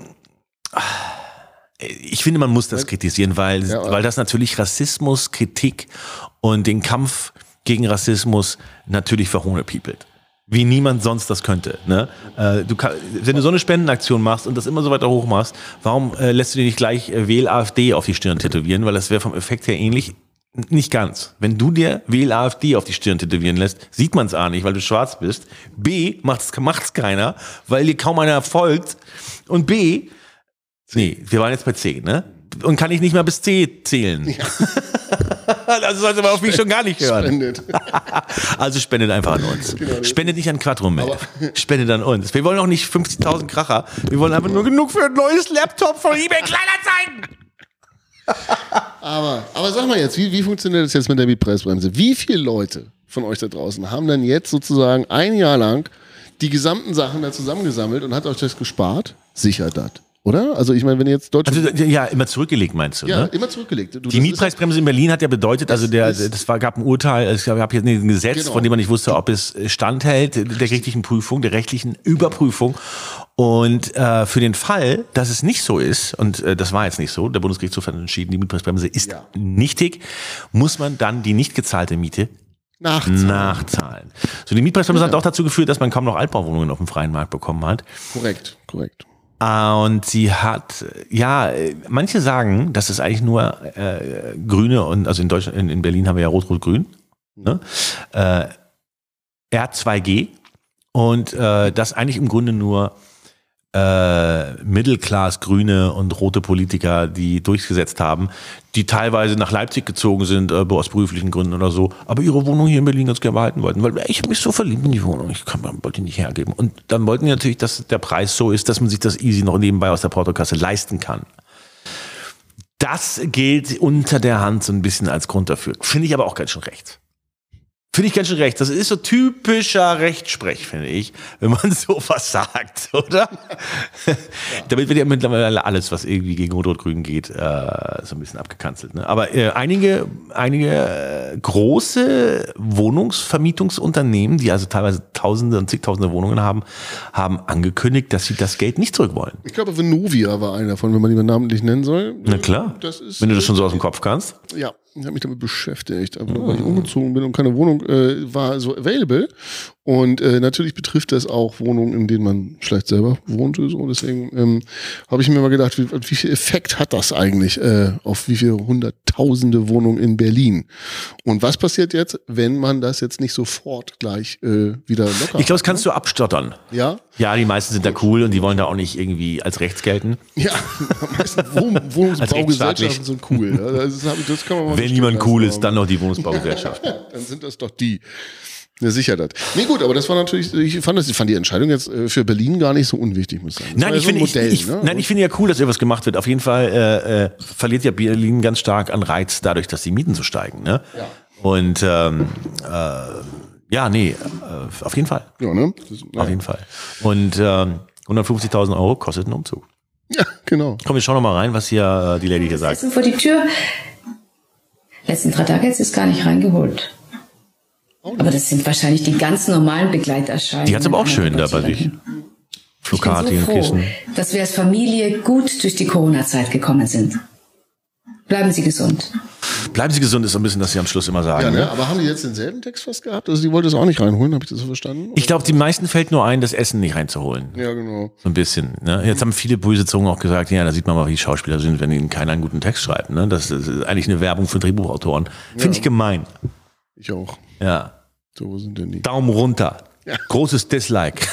ich finde, man muss das kritisieren, weil, ja, weil das natürlich Rassismus, Kritik und den Kampf gegen Rassismus natürlich verhohnepiepelt. Wie niemand sonst das könnte. Ne? Äh, du kann, wenn du so eine Spendenaktion machst und das immer so weiter hoch machst, warum äh, lässt du dir nicht gleich äh, Wähl AfD auf die Stirn tätowieren? Weil das wäre vom Effekt her ähnlich. Nicht ganz. Wenn du dir Wähl AfD auf die Stirn tätowieren lässt, sieht man es A nicht, weil du schwarz bist. B, macht's, macht's keiner, weil dir kaum einer folgt. Und B, nee, wir waren jetzt bei C, ne? Und kann ich nicht mehr bis C zählen. Ja. Also sollte man auf mich schon gar nicht hören. Spendet. Also spendet einfach an uns. Genau, spendet nicht an Quattromail. Spendet an uns. Wir wollen auch nicht fünfzigtausend Kracher. Wir wollen einfach nur genug für ein neues Laptop von eBay Kleinanzeigen. aber, aber sag mal jetzt, wie, wie funktioniert das jetzt mit der Mietpreisbremse? Wie viele Leute von euch da draußen haben dann jetzt sozusagen ein Jahr lang die gesamten Sachen da zusammengesammelt und hat euch das gespart? Sicher das. Oder? Also ich meine, wenn jetzt Deutschland... Also, ja, immer zurückgelegt meinst du, ja, ne? immer zurückgelegt. Du, die Mietpreisbremse in Berlin hat ja bedeutet, also der, das war, gab ein Urteil, es gab jetzt ein Gesetz, genau, von dem man nicht wusste, ob es standhält, der rechtlichen Prüfung, der rechtlichen Überprüfung. Und äh, für den Fall, dass es nicht so ist, und äh, das war jetzt nicht so, der Bundesgerichtshof hat entschieden, die Mietpreisbremse ist ja nichtig, muss man dann die nicht gezahlte Miete nachzahlen. nachzahlen. So, die Mietpreisbremse ja. hat auch dazu geführt, dass man kaum noch Altbauwohnungen auf dem freien Markt bekommen hat. Korrekt, korrekt. Und sie hat, ja, manche sagen, dass es eigentlich nur äh, Grüne und, also in Deutschland, in, in Berlin haben wir ja Rot-Rot-Grün, ne? äh, R zwei G und äh, das eigentlich im Grunde nur äh, Mittelclass Grüne und rote Politiker, die durchgesetzt haben, die teilweise nach Leipzig gezogen sind, äh, aus beruflichen Gründen oder so, aber ihre Wohnung hier in Berlin ganz gerne behalten wollten, weil ich habe mich so verliebt in die Wohnung, ich kann, wollte die nicht hergeben. Und dann wollten die natürlich, dass der Preis so ist, dass man sich das easy noch nebenbei aus der Portokasse leisten kann. Das gilt unter der Hand so ein bisschen als Grund dafür. Finde ich aber auch ganz schön recht. Finde ich ganz schön recht. Das ist so typischer Rechtsprech, finde ich, wenn man sowas sagt, oder? Ja. Damit wird ja mittlerweile alles, was irgendwie gegen Rot-Rot-Grün geht, äh, so ein bisschen abgekanzelt. Ne? Aber äh, einige, einige äh, große Wohnungsvermietungsunternehmen, die also teilweise Tausende und zigtausende Wohnungen haben, haben angekündigt, dass sie das Geld nicht zurück wollen. Ich glaube, Vonovia war einer davon, wenn man ihn namentlich nennen soll. Na klar, das ist, wenn du das schon so aus dem Kopf kannst. Ja. Ich habe mich damit beschäftigt, aber weil ich umgezogen bin und keine Wohnung äh, war so available. Und äh, natürlich betrifft das auch Wohnungen, in denen man vielleicht selber wohnte. So. Deswegen ähm, habe ich mir mal gedacht, wie, wie viel Effekt hat das eigentlich äh, auf wie viele hunderttausend tausende Wohnungen in Berlin. Und was passiert jetzt, wenn man das jetzt nicht sofort gleich äh, wieder locker Ich glaube, das kannst du abstottern. Ja? Ja, die meisten sind da cool und die wollen da auch nicht irgendwie als rechts gelten. Ja, am meisten Wohn- Wohnungsbaugesellschaften sind cool. Ja, das, das kann man mal Wenn jemand cool ist, dann noch die Wohnungsbaugesellschaft. Dann sind das doch die. Ja, sicher das. Nee, gut, aber das war natürlich, ich fand, das, ich fand die Entscheidung jetzt für Berlin gar nicht so unwichtig, muss ich sagen. Das Nein, war ich ja so ein finde Modell, ich, ich, ne? nein, ich finde ja cool, dass irgendwas gemacht wird. Auf jeden Fall äh, äh, verliert ja Berlin ganz stark an Reiz dadurch, dass die Mieten so steigen. Ne? Ja. Und ähm, äh, ja, nee, äh, auf jeden Fall. Ja, ne? Das, ja. Auf jeden Fall. Und ähm, hundertfünfzigtausend Euro kostet ein Umzug. Ja, genau. Komm, wir schauen noch mal rein, was hier äh, die Lady hier sagt. Essen vor die Tür. Letzten drei Tage jetzt ist gar nicht reingeholt. Aber das sind wahrscheinlich die ganz normalen Begleiterscheinungen. Die hat's aber auch schön da bei sich. Flocati und Kissen. Dass wir als Familie gut durch die Corona-Zeit gekommen sind. Bleiben Sie gesund. Bleiben Sie gesund ist so ein bisschen, dass Sie am Schluss immer sagen. Ja, ne? Ne? Aber haben die jetzt denselben Text fast gehabt? Also die wollte es auch nicht reinholen, habe ich das so verstanden? Ich glaube, die meisten fällt nur ein, das Essen nicht reinzuholen. Ja, genau. So ein bisschen. Ne? Jetzt haben viele böse Zungen auch gesagt, ja, da sieht man mal, wie Schauspieler sind, wenn ihnen keiner einen guten Text schreibt. Ne? Das ist eigentlich eine Werbung für Drehbuchautoren. Finde Ja. ich gemein. Ich auch. Ja. So, wo sind denn die? Daumen runter. Ja. Großes Dislike.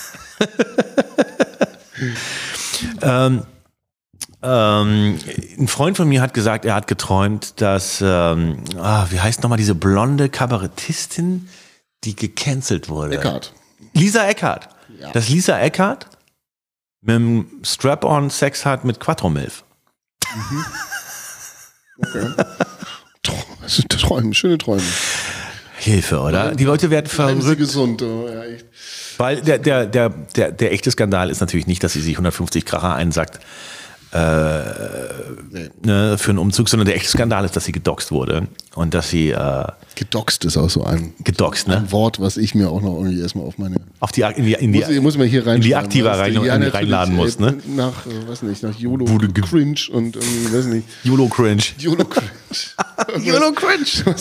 ähm, ähm, ein Freund von mir hat gesagt, er hat geträumt, dass, ähm, ah, wie heißt nochmal diese blonde Kabarettistin, die gecancelt wurde? Eckhardt. Lisa Eckhardt. Ja. Dass Lisa Eckhardt mit dem Strap-on Sex hat mit Quattro-Milf. Mhm. Okay. Das sind Träume, schöne Träume. Hilfe, oder? Die Leute werden Bleiben Sie verrückt. gesund. Oh, ja, echt. Weil der, der, der, der, der echte Skandal ist natürlich nicht, dass sie sich hundertfünfzig Kracher einsackt äh, Nee. ne, für einen Umzug, sondern der echte Skandal ist, dass sie gedoxt wurde und dass sie äh, Gedoxt ist auch so ein, gedoxt, ne? ein Wort, was ich mir auch noch irgendwie erstmal auf meine Auf die, in die, in die, muss, ich, muss man hier rein in die Aktiva rein, ja, in die reinladen muss, ne? Nach, äh, weiß nicht, nach YOLO Wurde ge- Cringe und irgendwie, weiß nicht. YOLO Cringe. YOLO Cringe. YOLO Cringe.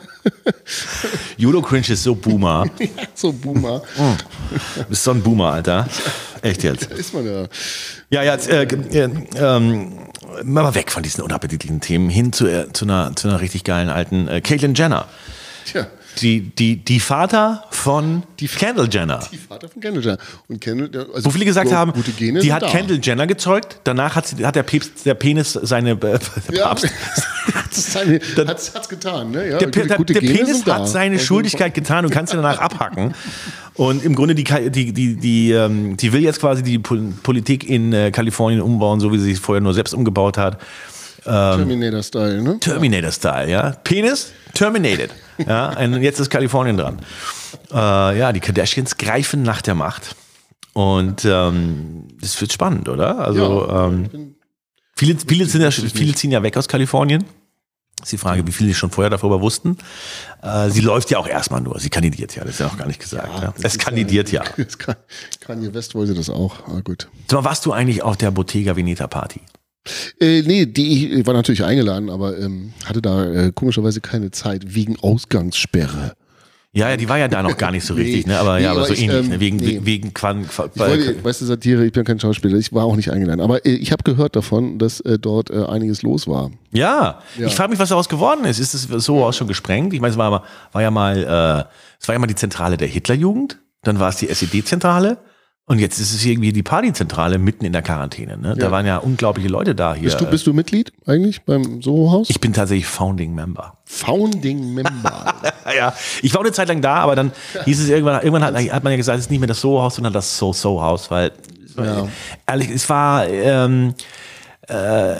YOLO Cringe ist so Boomer. Ja, so Boomer. Du bist so ein Boomer, Alter. Echt jetzt. Da ist man ja. Ja, jetzt äh, äh, ähm, mal weg von diesen unappetitlichen Themen hin zu, äh, zu, einer, zu einer richtig geilen alten äh, Caitlyn Jenner. Tja. Die, die, die Vater von die Kendall Jenner. Die Vater von Kendall Jenner. Und Kendall, der- also Wo viele gesagt so haben, gute Gene die sind hat da. Kendall Jenner gezeugt, danach hat, sie, hat der, Peps, der Penis seine äh, der Ja, Papst. hat's, seine, hat's, hat's getan, ne? Ja, Der, gute, der, gute der Gene Penis sind da. hat seine Auf jeden Schuldigkeit getan und kannst ihn danach abhacken. Und im Grunde, die, die, die, die, ähm, die will jetzt quasi die Pol- Politik in äh, Kalifornien umbauen, so wie sie es vorher nur selbst umgebaut hat. Fall. Terminator-Style, ne? Terminator-Style, ja. Penis, terminated. Ja, und jetzt ist Kalifornien dran. Äh, ja, die Kardashians greifen nach der Macht. Und ähm, das wird spannend, oder? Also Ja, ähm, viele, viele, sind ja, viele ziehen ja weg aus Kalifornien. Das ist die Frage, wie viele schon vorher darüber wussten. Äh, sie läuft ja auch erstmal nur. Sie kandidiert ja, das ist ja noch gar nicht gesagt. Ja, das es ist kandidiert ja. Das kann, Kanye West wollte das auch. Ah, gut. Sag mal, warst du eigentlich auf der Bottega Veneta Party? Äh, nee, die ich war natürlich eingeladen, aber ähm, hatte da äh, komischerweise keine Zeit wegen Ausgangssperre. Ja, ja, die war ja da noch gar nicht so richtig, Nee, ne? Aber nee, ja, aber aber so ich, ähnlich, ähm, ne? Wegen, nee. wegen Quan, Quan, Ich wollte, weißt du, Satire, ich bin kein Schauspieler, ich war auch nicht eingeladen. Aber äh, ich habe gehört davon, dass äh, dort äh, einiges los war. Ja, Ja. ich frage mich, was daraus geworden ist. Ist es so auch schon gesprengt? Ich meine, es war, mal- war ja mal, äh, es war ja mal die Zentrale der Hitlerjugend, dann war es die S E D-Zentrale und jetzt ist es irgendwie die Partyzentrale mitten in der Quarantäne. Ne? Da Ja. waren ja unglaubliche Leute da hier. Bist du, bist du Mitglied eigentlich beim Soho-Haus? Ich bin tatsächlich Founding Member. Founding Member. Ja, ich war eine Zeit lang da, aber dann hieß es irgendwann, irgendwann hat, hat man ja gesagt, es ist nicht mehr das Soho-Haus, sondern das So-So-Haus, weil Ja. ehrlich, es war, ähm, äh,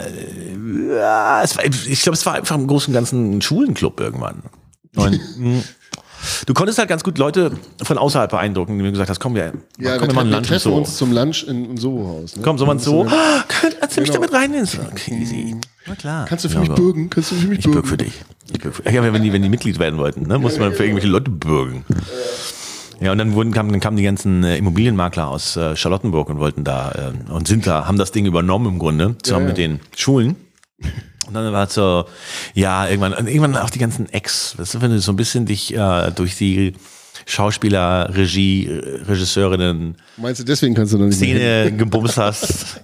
ja, es war, ich glaube, es war einfach im Großen und Ganzen ein Schulenclub irgendwann. Und mh, du konntest halt ganz gut Leute von außerhalb beeindrucken, die mir gesagt hast, komm, wir, Ja, komm, wir, wir machen wir Lunch im treffen Zoo. uns zum Lunch in, im Soho-Haus. Ne? Komm, so man so, Kannst du- ah, kannst du mich Genau. damit reinnehmen? Okay, easy. Na klar. Kannst du für Ja, mich so. bürgen? Kannst du für mich Ich bürg bürgen? für dich. Ich bürg für, ja, wenn die, wenn die Mitglied werden wollten, ne, musste man für irgendwelche Leute bürgen. Ja, und dann wurden, kamen, dann kamen die ganzen äh, Immobilienmakler aus äh, Charlottenburg und wollten da äh, und sind da, haben das Ding übernommen im Grunde, zusammen Ja, mit ja. den Schulen. Und dann war es so, ja, irgendwann, irgendwann auch die ganzen Ex, weißt du, wenn du so ein bisschen dich äh, durch die Schauspieler, Regie, Regisseurinnen. Meinst du, deswegen kannst du noch nicht Szene gebumst hast.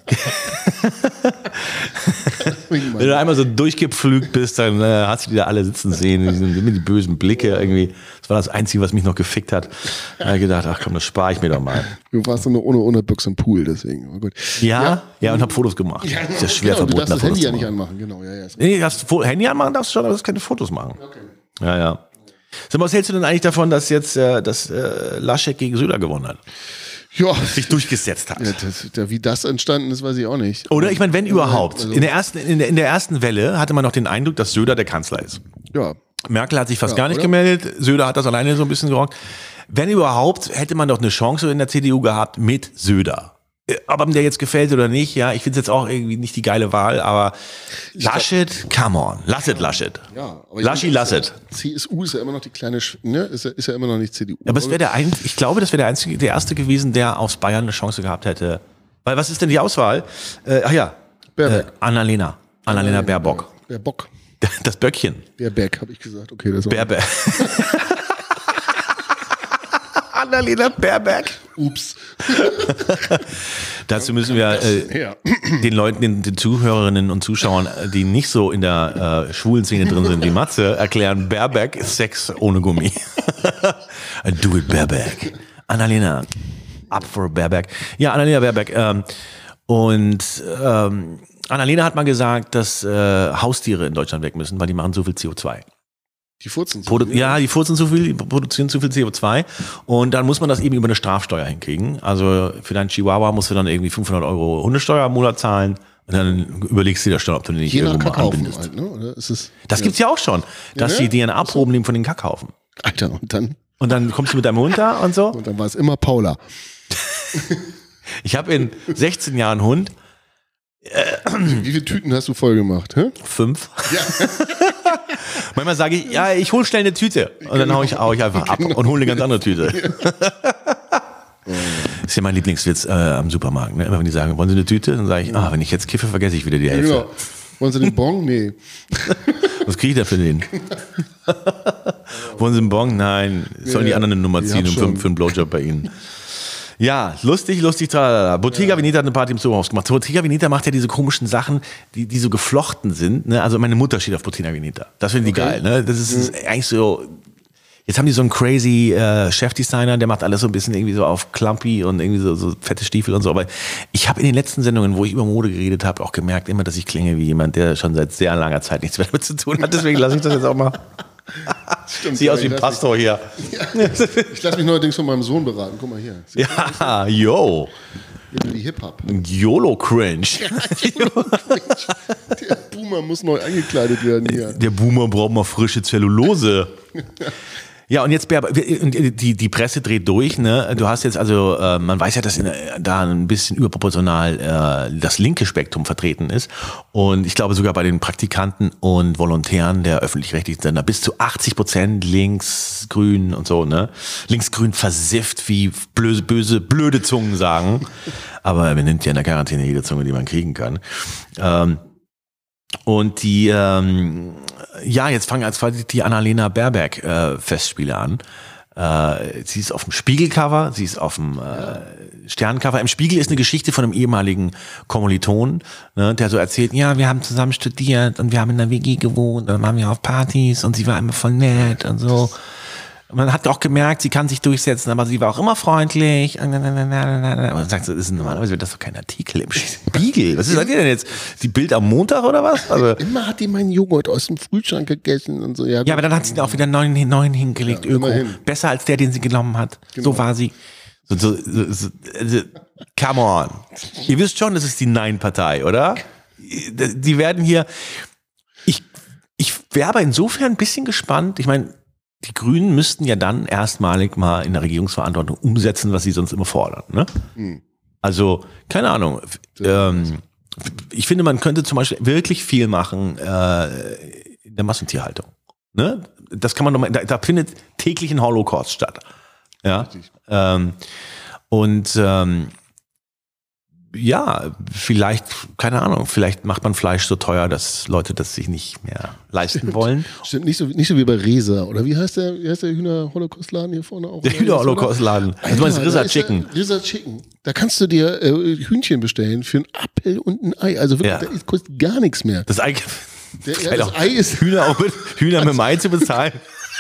Wenn du einmal so durchgepflügt bist, dann äh, hast du die da alle sitzen sehen, die, sind immer die bösen Blicke irgendwie. Das war das Einzige, was mich noch gefickt hat. Da habe ich gedacht, ach komm, das spare ich mir doch mal. Du warst nur ohne Unterbüchse im Pool, deswegen. Aber gut. Ja, ja, ja, und habe Fotos gemacht. Ja, das ist ja schwer genau, verboten, du darfst das Handy Fotos ja nicht zu anmachen. Genau, ja, ja. Nee, das Handy anmachen darfst du schon, aber das keine Fotos machen. Okay. Ja, ja. So, was hältst du denn eigentlich davon, dass jetzt äh, dass, äh, Laschet gegen Söder gewonnen hat? Ja. Sich durchgesetzt hat. Ja, das, da, wie das entstanden ist, weiß ich auch nicht. Oder ich meine, wenn überhaupt. In der ersten, in der, in der ersten Welle hatte man noch den Eindruck, dass Söder der Kanzler ist. Ja. Merkel hat sich fast Ja, gar nicht oder? gemeldet. Söder hat das alleine so ein bisschen gerockt. Wenn überhaupt, hätte man doch eine Chance in der C D U gehabt mit Söder. Ob ihm der jetzt gefällt oder nicht, ja, ich finde es jetzt auch irgendwie nicht die geile Wahl, aber Laschet, come on, Lasset, Laschet. Ja, aber Laschi, Lasset. C S U ist ja immer noch die kleine, Sch- ne? Ist ja, ist ja immer noch nicht C D U. Aber es wäre der ein, ich glaube, das wäre der einzige, der erste gewesen, der aus Bayern eine Chance gehabt hätte. Weil was ist denn die Auswahl? Äh, ach ja, äh, Annalena. Annalena Baerbock. Baerbock. Das Böckchen. Baerbeck, habe ich gesagt. Okay, das war. Baerbeck. Annalena Baerbeck. Ups. Dazu müssen wir äh, Ja. den Leuten, den, den Zuhörerinnen und Zuschauern, die nicht so in der äh, schwulen Szene drin sind wie Matze, erklären, Baerbeck ist Sex ohne Gummi. Do it, Baerbeck. Annalena, up for Baerbeck. Ja, Annalena Baerbeck. Ähm, und ähm, Annalena hat mal gesagt, dass äh, Haustiere in Deutschland weg müssen, weil die machen so viel C O zwei. Die furzen Produ- Ja, die furzen zu viel, die produzieren zu viel C O zwei und dann muss man das eben über eine Strafsteuer hinkriegen. Also für deinen Chihuahua musst du dann irgendwie fünfhundert Euro Hundesteuer im Monat zahlen und dann überlegst du dir schon, ob du den nicht Je nach irgendwo mal Kackhaufen anbindest. halt, ne? Oder ist es, Das ja. gibt's ja auch schon, dass Ja, die ne? D N A-Proben nehmen von den Kackhaufen. Alter, und dann? Und dann kommst du mit deinem Hund da und so. Und dann war es immer Paula. Ich habe in sechzehn Jahren einen Hund. Wie viele Tüten hast du voll gemacht? Hä? Fünf. Ja. Manchmal sage ich, ja, ich hole schnell eine Tüte. Und dann hau ich, hau ich einfach ab Genau. und hole eine ganz andere Tüte. Das ist ja mein Lieblingswitz äh, am Supermarkt. Ne? Immer wenn die sagen, wollen Sie eine Tüte? Dann sage ich, ah, wenn ich jetzt kiffe, vergesse ich wieder die Ja, Hälfte. genau. Wollen Sie den Bon? Nee. Was kriege ich da für den? Wollen Sie einen Bon? Nein. Sollen die Ja, anderen eine Nummer ich ziehen hab für, schon. für einen Blowjob bei Ihnen? Ja, lustig, lustig, tralala. Bottega Veneta hat eine Party im Soho gemacht. Bottega Veneta macht ja diese komischen Sachen, die, die so geflochten sind. Ne? Also meine Mutter steht auf Bottega Veneta. Das finde ich Okay. geil. Ne? Das ist, ist eigentlich so. Jetzt haben die so einen crazy äh, Chefdesigner, der macht alles so ein bisschen irgendwie so auf Clumpy und irgendwie so, so fette Stiefel und so. Aber ich habe in den letzten Sendungen, wo ich über Mode geredet habe, auch gemerkt immer, dass ich klinge wie jemand, der schon seit sehr langer Zeit nichts mehr damit zu tun hat. Deswegen lasse ich das jetzt auch mal. Stimmt, Sieh ja, aus wie ich ein lass Pastor mich- hier. Ja. Ich lasse mich neuerdings von meinem Sohn beraten. Guck mal hier. Ja, yo. Die Hip-Hop. YOLO-Cringe. Der Boomer muss neu eingekleidet werden hier. Der Boomer braucht mal frische Zellulose. Ja, und jetzt Baerbock, die, die Presse dreht durch, ne? Du hast jetzt also, äh, man weiß ja, dass in, da ein bisschen überproportional äh, das linke Spektrum vertreten ist. Und ich glaube sogar bei den Praktikanten und Volontären der öffentlich-rechtlichen Sender bis zu achtzig Prozent links, grün und so, ne? Linksgrün versifft, wie böse, böse, blöde Zungen sagen. Aber wir nimmt ja in der Quarantäne jede Zunge, die man kriegen kann. Ähm, Und die, ähm, ja, jetzt fangen als quasi die Annalena Baerbeck äh, Festspiele an. Äh, sie ist auf dem Spiegelcover, sie ist auf dem äh, Sterncover. Im Spiegel ist eine Geschichte von einem ehemaligen Kommiliton, ne, der so erzählt, ja, wir haben zusammen studiert und wir haben in der W G gewohnt, dann waren wir auf Partys und sie war immer voll nett und so. Man hat auch gemerkt, sie kann sich durchsetzen, aber sie war auch immer freundlich. Und dann sagt sie, das ist normalerweise wird das doch kein Artikel im Spiegel. Was ist das denn jetzt? Die Bild am Montag oder was? Also, Immer hat die meinen Joghurt aus dem Frühschrank gegessen und so. Ja, ja, aber dann hat sie auch wieder einen neuen, neuen hingelegt. Ja, Öko. immerhin. Besser als der, den sie genommen hat. Genau. So war sie. So, so, so, so, so, come on. Ihr wisst schon, das ist die Nein-Partei, oder? Die werden hier. Ich, ich wäre aber insofern ein bisschen gespannt. Ich meine, die Grünen müssten ja dann erstmalig mal in der Regierungsverantwortung umsetzen, was sie sonst immer fordern. Ne? Hm. Also, keine Ahnung. Ähm, ich finde, man könnte zum Beispiel wirklich viel machen äh, in der Massentierhaltung. Ne? Das kann man doch mal, da, da findet täglich ein Holocaust statt. Ja. Ähm, und ähm, ja, vielleicht, keine Ahnung, vielleicht macht man Fleisch so teuer, dass Leute das sich nicht mehr leisten Stimmt. wollen. Stimmt, nicht so, nicht so wie bei Reza. Oder wie heißt der, wie heißt der Hühner-Holocaust-Laden hier vorne auch? Der Hühner-Holocaust-Laden. Du meinst Reza Chicken. Reza Chicken. Da kannst du dir äh, Hühnchen bestellen für einen Apfel und ein Ei. Also wirklich, Ja. das kostet gar nichts mehr. Das Ei, Der, das ja, das Ei ist. Hühner, auch mit, Hühner mit dem Ei zu bezahlen.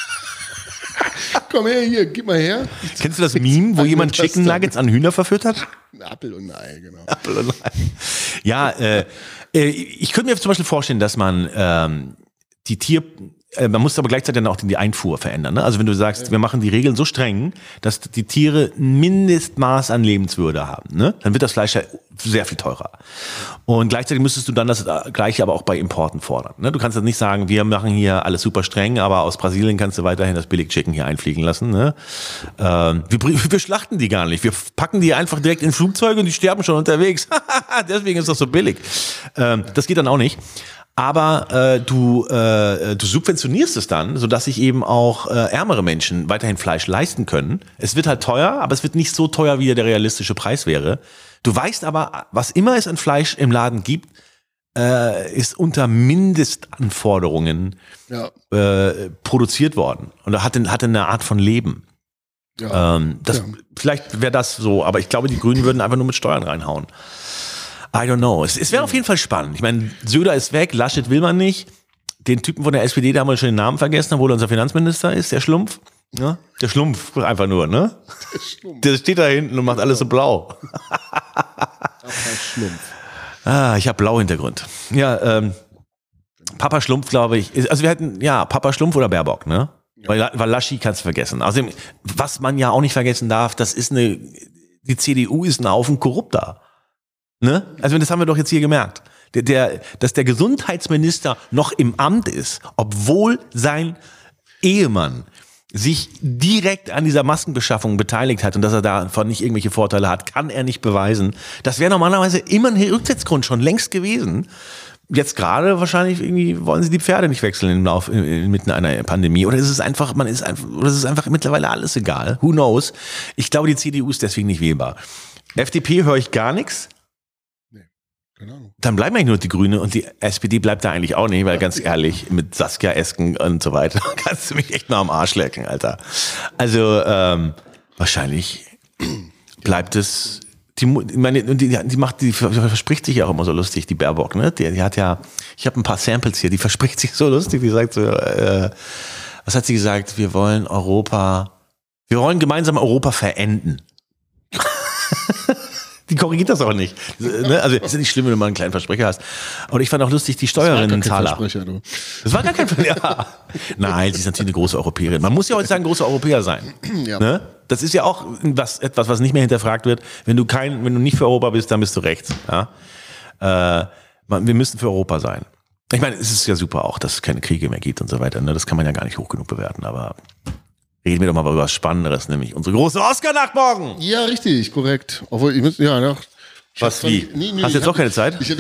Komm her, hier, gib mal her. Kennst du das Meme, wo jemand das Chicken dann. Nuggets an Hühner verfüttert? Ein Apfel und ein Ei, genau. Apfel und Ei. Ja, äh, äh, ich könnte mir zum Beispiel vorstellen, dass man ähm, die Tier... äh, Man muss aber gleichzeitig dann auch die Einfuhr verändern. Ne? Also wenn du sagst, wir machen die Regeln so streng, dass die Tiere ein Mindestmaß an Lebenswürde haben, ne? Dann wird das Fleisch ja sehr viel teurer. Und gleichzeitig müsstest du dann das Gleiche aber auch bei Importen fordern. Ne? Du kannst jetzt nicht sagen, wir machen hier alles super streng, aber aus Brasilien kannst du weiterhin das Billig-Chicken hier einfliegen lassen. Ne? Ähm, wir, wir schlachten die gar nicht. Wir packen die einfach direkt in Flugzeuge und die sterben schon unterwegs. Deswegen ist das so billig. Ähm, das geht dann auch nicht. Aber äh, du, äh, du subventionierst es dann, sodass sich eben auch äh, ärmere Menschen weiterhin Fleisch leisten können. Es wird halt teuer, aber es wird nicht so teuer, wie der realistische Preis wäre. Du weißt aber, was immer es an Fleisch im Laden gibt, äh, ist unter Mindestanforderungen Ja. äh, produziert worden. Und hatte, hatte eine Art von Leben. Ja. Ähm, das, Ja. Vielleicht wäre das so, aber ich glaube, die Grünen würden einfach nur mit Steuern reinhauen. I don't know. Es, es wäre auf jeden Fall spannend. Ich meine, Söder ist weg, Laschet will man nicht. Den Typen von der S P D, da haben wir schon den Namen vergessen, obwohl er unser Finanzminister ist, der Schlumpf. Ne? Der Schlumpf, einfach nur, ne? Der Schlumpf. Der steht da hinten und macht alles so blau. Schlumpf. Ah, ich habe blau Hintergrund. Ja, ähm, Papa Schlumpf, glaube ich. ist- Also wir hätten, ja, Papa Schlumpf oder Baerbock, ne? Weil, weil Laschi kannst du vergessen. Außerdem, was man ja auch nicht vergessen darf, das ist eine, die C D U ist ein Haufen Korrupter. Ne? Also das haben wir doch jetzt hier gemerkt. Der, der, dass der Gesundheitsminister noch im Amt ist, obwohl sein Ehemann sich direkt an dieser Maskenbeschaffung beteiligt hat und dass er davon nicht irgendwelche Vorteile hat, kann er nicht beweisen. Das wäre normalerweise immer ein Rücksetzgrund schon längst gewesen. Jetzt gerade wahrscheinlich irgendwie wollen sie die Pferde nicht wechseln im Lauf, inmitten einer Pandemie. Oder ist es einfach, man ist einfach, oder ist es einfach mittlerweile alles egal? Who knows? Ich glaube, die C D U ist deswegen nicht wählbar. F D P höre ich gar nichts. Dann bleiben eigentlich nur die Grüne und die S P D bleibt da eigentlich auch nicht, weil ganz ehrlich, mit Saskia Esken und so weiter kannst du mich echt mal am Arsch lecken, Alter. Also ähm, wahrscheinlich bleibt es, die, ich meine, die, die macht, die verspricht sich ja auch immer so lustig, die Baerbock, ne? Die, die hat ja, ich habe ein paar Samples hier, die verspricht sich so lustig, die sagt so, äh, was hat sie gesagt? Wir wollen Europa, wir wollen gemeinsam Europa verenden. Die korrigiert das auch nicht. Also ist ja nicht schlimm, wenn du mal einen kleinen Versprecher hast. Und ich fand auch lustig, die Steuerinnen-Zahler. Das war gar kein Versprecher. Ja. Nein, sie ist natürlich eine große Europäerin. Man muss ja heutzutage ein großer Europäer sein. Ja. Ne? Das ist ja auch was, etwas, was nicht mehr hinterfragt wird. Wenn du kein, wenn du nicht für Europa bist, dann bist du rechts. Ja? Äh, man, wir müssen für Europa sein. Ich meine, es ist ja super auch, dass es keine Kriege mehr gibt und so weiter. Ne? Das kann man ja gar nicht hoch genug bewerten, aber reden wir doch mal über was Spannenderes, nämlich unsere große Oscar-Nacht morgen. Ja, richtig, korrekt. Obwohl, ich muss, ja, ja. Ich Was, hab- wie? Nee, nee, Hast du jetzt ich doch hab- keine Zeit? Ich,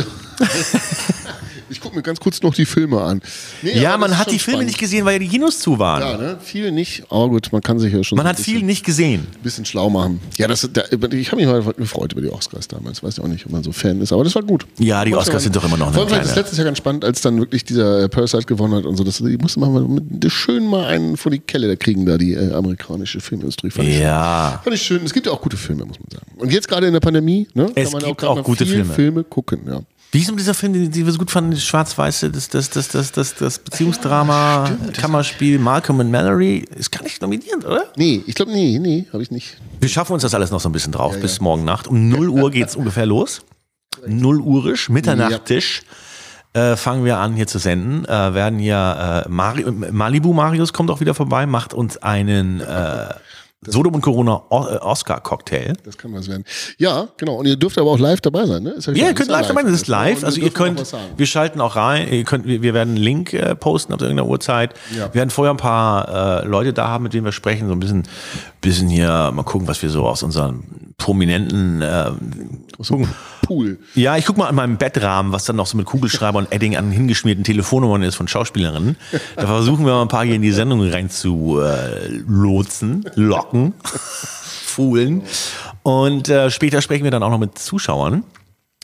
ich gucke mir ganz kurz noch die Filme an. Nee, Ja, aber man das ist hat schon die Filme spannend. nicht gesehen, weil ja die Kinos zu waren. Ja, ne? Viel nicht. Aber gut, man kann sich ja schon Man so hat ein viel bisschen, nicht gesehen. bisschen schlau machen. Ja, das, da, ich habe mich mal gefreut über die Oscars damals. Weiß ja auch nicht, ob man so Fan ist, aber das war gut. Ja, die Muss Oscars man- sind doch immer noch eine Vor allem fand ich das kleine- letztes Jahr ganz spannend, als dann wirklich dieser äh, Parasite gewonnen hat und so. Das, ich musste mal mit, schön mal einen vor die Kelle da kriegen, da die äh, amerikanische Filmindustrie. Fand ich Ja. schön. Fand ich schön. Es gibt ja auch gute Filme, muss man sagen. Und jetzt gerade in der Pandemie, ne? Es kann man gibt grad auch mal gute viel Filme. Filme gucken, ja. Wie ist denn dieser Film, den den wir so gut fanden, das Schwarz-Weiße, das, das, das, das, das, das Beziehungsdrama, Kammerspiel, Malcolm and Mallory, ist gar nicht nominierend, oder? Nee, ich glaube, nee, nee, habe ich nicht. Wir schaffen uns das alles noch so ein bisschen drauf, bis morgen Nacht. Um null Uhr geht's ungefähr los. null Uhrisch, Mitternachtisch. Äh, fangen wir an hier zu senden, äh, werden hier äh, Mari Malibu Marius kommt auch wieder vorbei, macht uns einen äh, Sodom und Corona o äh, Oscar-Cocktail. Das kann was werden. Ja, genau. Und ihr dürft aber auch live dabei sein, ne? Ist ja Ja, klar, ihr könnt ist ja live dabei sein, das ist live. Und Also wir ihr dürfen auch könnt, was sagen. wir schalten auch rein, ihr könnt, wir, wir werden einen Link äh, posten ab irgendeiner Uhrzeit. Ja. Wir werden vorher ein paar äh, Leute da haben, mit denen wir sprechen, so ein bisschen, bisschen hier mal gucken, was wir so aus unseren prominenten äh, gucken. Pool. Ja, ich guck mal an meinem Bettrahmen, was dann noch so mit Kugelschreiber und Edding an hingeschmierten Telefonnummern ist von Schauspielerinnen. Da versuchen wir mal ein paar hier in die Sendung rein zu äh, lotsen, locken, fuhlen. Und äh, später sprechen wir dann auch noch mit Zuschauern.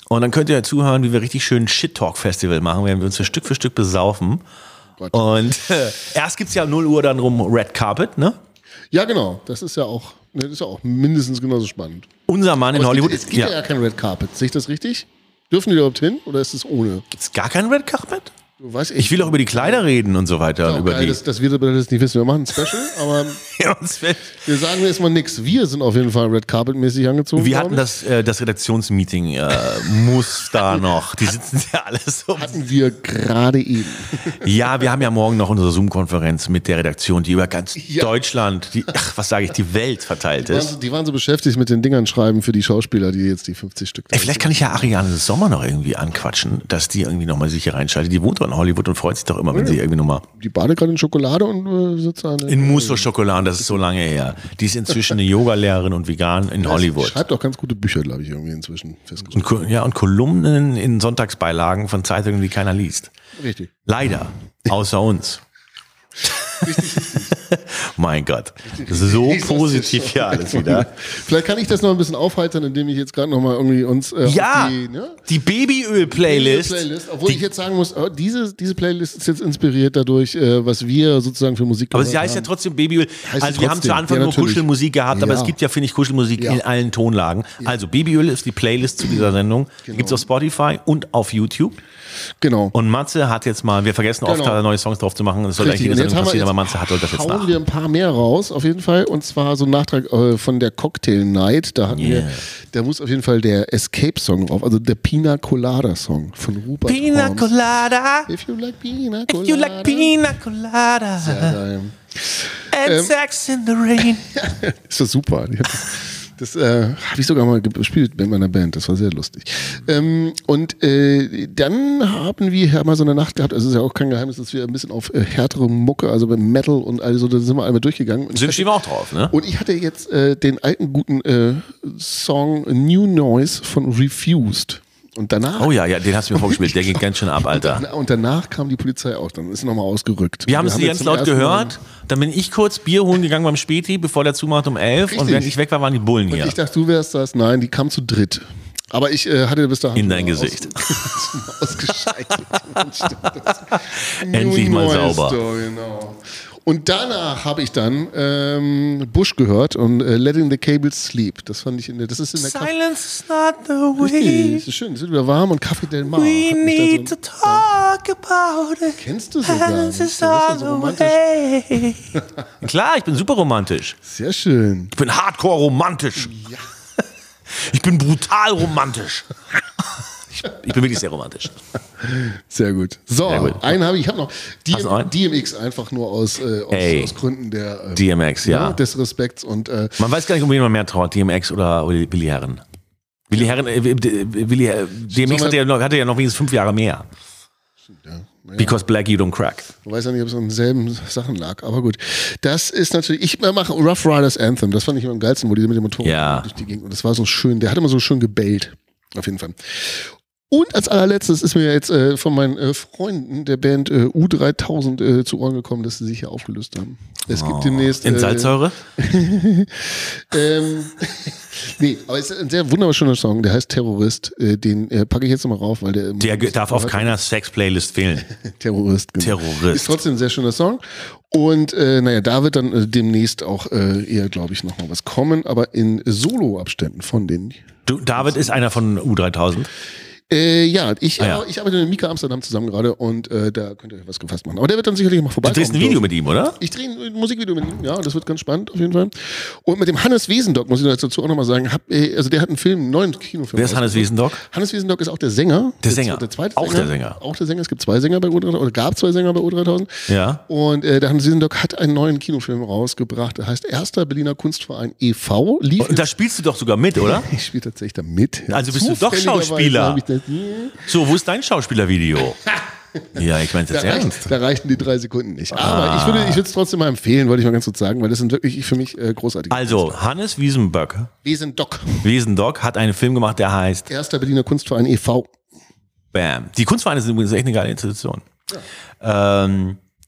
Und dann könnt ihr zuhören, wie wir richtig schön Shit-Talk-Festival machen, werden wir uns Stück für Stück besaufen. Gott. Und äh, erst gibt's ja um null Uhr dann rum Red Carpet, ne? Ja, genau. Das ist ja auch, das ist ja auch mindestens genauso spannend. Unser Mann in Aber Hollywood. Es gibt, es gibt ja. ja kein Red Carpet. Sehe ich das richtig? Dürfen die überhaupt hin oder ist es ohne? Gibt's gar kein Red Carpet? Du weißt, ich, ich will auch über die Kleider reden und so weiter. Ja, über geil, die. Das, das wird aber das nicht wissen. Wir machen ein Special, aber ja, wir sagen jetzt mal nichts. Wir sind auf jeden Fall Red Carpet-mäßig angezogen. Wir hatten das, äh, das Redaktionsmeeting, äh, muss da noch. Die sitzen ja alles so. Hatten wir gerade eben. Ja, wir haben ja morgen noch unsere Zoom-Konferenz mit der Redaktion, die über ganz Ja. Deutschland, die, ach, was sage ich, die Welt verteilt Die waren, ist. so, die waren so beschäftigt mit den Dingern schreiben für die Schauspieler, die jetzt die fünfzig Stück. Ey, vielleicht kann ich ja Ariane Sommer noch irgendwie anquatschen, dass die irgendwie nochmal sich hier reinschaltet. Die wohnt doch in Hollywood und freut sich doch immer, wenn Ja. sie irgendwie nochmal. Die badet gerade in Schokolade und äh, sitzt da. In Mousse au Chocolat, das ist so lange her. Die ist inzwischen eine Yogalehrerin und vegan in Hollywood. Schreibt auch ganz gute Bücher, glaube ich, irgendwie inzwischen. Und, Ko- ja, und Kolumnen in Sonntagsbeilagen von Zeitungen, die keiner liest. Richtig. Leider. Außer uns. Mein Gott. So positiv hier alles wieder. Vielleicht kann ich das noch ein bisschen aufheitern, indem ich jetzt gerade noch mal irgendwie uns äh, Ja, auf die, ne? die Babyöl-Playlist. Playlist, obwohl ich jetzt sagen muss, oh, diese, diese Playlist ist jetzt inspiriert dadurch, äh, was wir sozusagen für Musik Aber gehört sie heißt ja haben. trotzdem Babyöl. Heißt Also sie wir haben trotzdem. zu Anfang Ja, nur natürlich. Kuschelmusik gehabt, aber Ja. es gibt ja, finde ich, Kuschelmusik Ja. in allen Tonlagen. Also Babyöl ist die Playlist zu dieser Sendung. Die Genau. gibt's auf Spotify und auf YouTube. Genau. Und Matze hat jetzt mal, wir vergessen oft, Genau. da neue Songs drauf zu machen. Das soll Richtig. eigentlich Und jede jetzt Sendung haben wir- passieren, aber jetzt Matze hat holt das jetzt hauen nach. wir ein paar mehr raus, auf jeden Fall. Und zwar so ein Nachtrag äh, von der Cocktail Night. Da hatten Yeah. wir, da muss auf jeden Fall der Escape-Song drauf, also der Pina Colada-Song von Rupert Pina Holmes. Colada. If you like Pina If Colada. you like Pina Colada. Sehr geil. And Ähm, sex in the rain. Ist das super. Die hat- Das äh, habe ich sogar mal gespielt mit meiner Band. Das war sehr lustig. Ähm, und äh, dann haben wir ja mal so eine Nacht gehabt. Also es ist ja auch kein Geheimnis, dass wir ein bisschen auf äh, härtere Mucke, also beim Metal und also da sind wir einmal durchgegangen. Und Sind ich wir auch drauf, ne? Und ich hatte jetzt äh, den alten guten äh, Song New Noise von Refused. Und danach. Oh ja, ja, den hast du mir vorgespielt. Der ging ganz schön ab, Alter. Und danach kam die Polizei auch. Dann ist nochmal ausgerückt. Wir haben es jetzt ganz zum laut ersten Mal- gehört. Dann bin ich kurz Bier holen gegangen beim Späti, bevor der zumacht um elf. Und Richtig. während ich weg war, waren die Bullen Und hier. ich dachte, du wärst das. Nein, die kam zu dritt. Aber ich äh, hatte bis dahin In dein schon mal Gesicht. Aus, ausgeschaltet. Endlich mal New Noise sauber. Story, genau. Und danach habe ich dann ähm, Bush gehört und äh, Letting the Cables Sleep. Das fand ich in der, das ist in der Kaffee. Silence is not the Richtig, way. das ist schön, es wird wieder warm und Kaffee Del Mar. We hat mich da need so, to talk about it. Kennst du sogar Silence nicht. is Das ist not so the romantisch. way. Klar, ich bin super romantisch. Sehr schön. Ich bin hardcore romantisch. Ja. Ich bin brutal romantisch. Ich, ich bin wirklich sehr romantisch. Sehr gut. So, Sehr gut. einen habe ich. Ich habe noch Hast du einen? D M X einfach nur aus, äh, aus, Ey. aus Gründen der äh, D M X, ja. des Respekts und äh, Man weiß gar nicht, um wen man mehr traut, D M X oder Willi Herren. Willi Herren, äh, Willi, äh, D M X hatte ja, noch, hatte ja noch wenigstens fünf Jahre mehr. naja. Because black you don't crack. Ich weiß ja nicht, ob es an denselben Sachen lag, aber gut. Das ist natürlich, ich mache Rough Riders Anthem, das fand ich immer am geilsten, wo die mit dem Motorrad Ja. durch die Gegend, und das war so schön, der hat immer so schön gebellt, auf jeden Fall. Und als allerletztes ist mir jetzt äh, von meinen äh, Freunden der Band äh, U dreitausend äh, zu Ohren gekommen, dass sie sich hier aufgelöst haben. Es Oh. gibt demnächst... In äh, Salzsäure? ähm, nee, aber es ist ein sehr wunderschöner Song, der heißt Terrorist. Äh, den äh, packe ich jetzt nochmal rauf, weil der... Der ge- darf auf keiner Sex-Playlist fehlen. Terrorist. Genau. Terrorist. Ist trotzdem ein sehr schöner Song. Und äh, naja, da wird dann äh, demnächst auch äh, eher, glaube ich, noch mal was kommen, aber in Solo-Abständen von den... Du, David ist einer von U dreitausend. Äh, ja, ich, Ah, ja. ich arbeite mit Mika Amsterdam zusammen gerade und äh, da könnt ihr was gefasst machen. Aber der wird dann sicherlich mal Du vorbeikommen. drehst ein Video mit ihm, oder? Ich drehe ein Musikvideo mit ihm, ja, das wird ganz spannend auf jeden Fall. Und mit dem Hannes Wiesendock, muss ich dazu auch nochmal sagen, hab, äh, also der hat einen Film, einen neuen Kinofilm. Wer ist Hannes Wiesendock? Hannes Wiesendock ist auch der Sänger. Der Sänger. Der zweite Auch Sänger. der Sänger. Auch der Sänger. Es gibt zwei Sänger bei U dreitausend, oder gab zwei Sänger bei U dreitausend. Ja. Und äh, der Hannes Wiesendock hat einen neuen Kinofilm rausgebracht, der heißt Erster Berliner Kunstverein e V. Lief Und da spielst du doch sogar mit, oder? ich spiele tatsächlich da mit. Also bist du doch Zufälligerweise Schauspieler. hab ich das- So, wo ist dein Schauspielervideo? Ja, ich meine Da, das reicht, ernst. da reichten die drei Sekunden nicht. Aber Ah. ich würde ich würde es trotzdem mal empfehlen, wollte ich mal ganz kurz sagen, weil das sind wirklich für mich äh, großartige Also, Hannes Wiesenböck, Wiesendock. Wiesendock hat einen Film gemacht, der heißt Erster Berliner Kunstverein e V. Bam. Die Kunstvereine sind übrigens echt eine geile Institution. Ähm,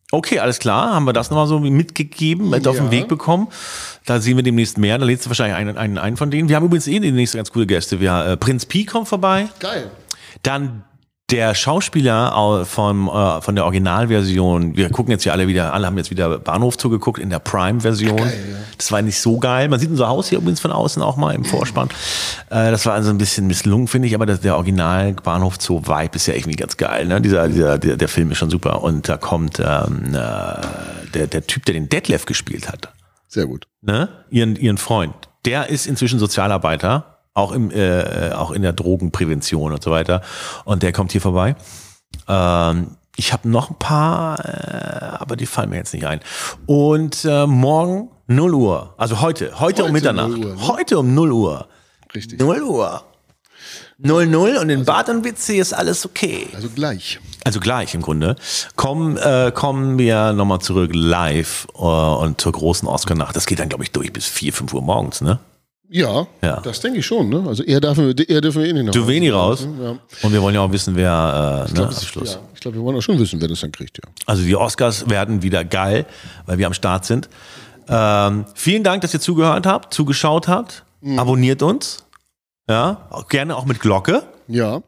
Okay, alles klar. Haben wir das nochmal so mitgegeben, mit ja. auf den Weg bekommen. Da sehen wir demnächst mehr. Da lädst du wahrscheinlich einen, einen, einen von denen. Wir haben übrigens eh die nächste ganz coole Gäste. Wir, äh, Prinz Pi kommt vorbei. Geil. Dann der Schauspieler vom, äh, von der Originalversion. Wir gucken jetzt hier alle wieder, alle haben jetzt wieder Bahnhof zugeguckt in der Prime-Version. Geil, ja. Das war nicht so geil. Man sieht unser Haus hier übrigens von außen auch mal im Vorspann. Äh, das war also ein bisschen misslungen, finde ich. Aber das, der Original Bahnhof Zoo Vibe ist ja irgendwie ganz geil. Ne? Dieser, dieser, der, der Film ist schon super. Und da kommt ähm, äh, der, der Typ, der den Detlef gespielt hat. Sehr gut. Ne? Ihren, ihren Freund. Der ist inzwischen Sozialarbeiter. Auch, im, äh, auch in der Drogenprävention und so weiter. Und der kommt hier vorbei. Ähm, ich habe noch ein paar, äh, aber die fallen mir jetzt nicht ein. Und äh, morgen null Uhr, also heute, heute, heute um Mitternacht. null Uhr, ne? Heute um null Uhr. Richtig. null Uhr. null null und in Bad und W C ist alles okay. Also gleich. Also gleich im Grunde. Kommen, äh, kommen wir nochmal zurück live äh, und zur großen Oscar-Nacht. Das geht dann, glaube ich, durch bis vier, fünf Uhr morgens, ne? Ja, ja, das denke ich schon. Ne? Also eher dürfen wir, eher dürfen wir eh nicht nach Du wenig raus. Ja. Und wir wollen ja auch wissen, wer äh, ich glaub, ne, Schluss. Ja, ich glaube, wir wollen auch schon wissen, wer das dann kriegt. Ja. Also die Oscars werden wieder geil, weil wir am Start sind. Ähm, vielen Dank, dass ihr zugehört habt, zugeschaut habt. Mhm. Abonniert uns. Ja, auch gerne auch mit Glocke. Ja.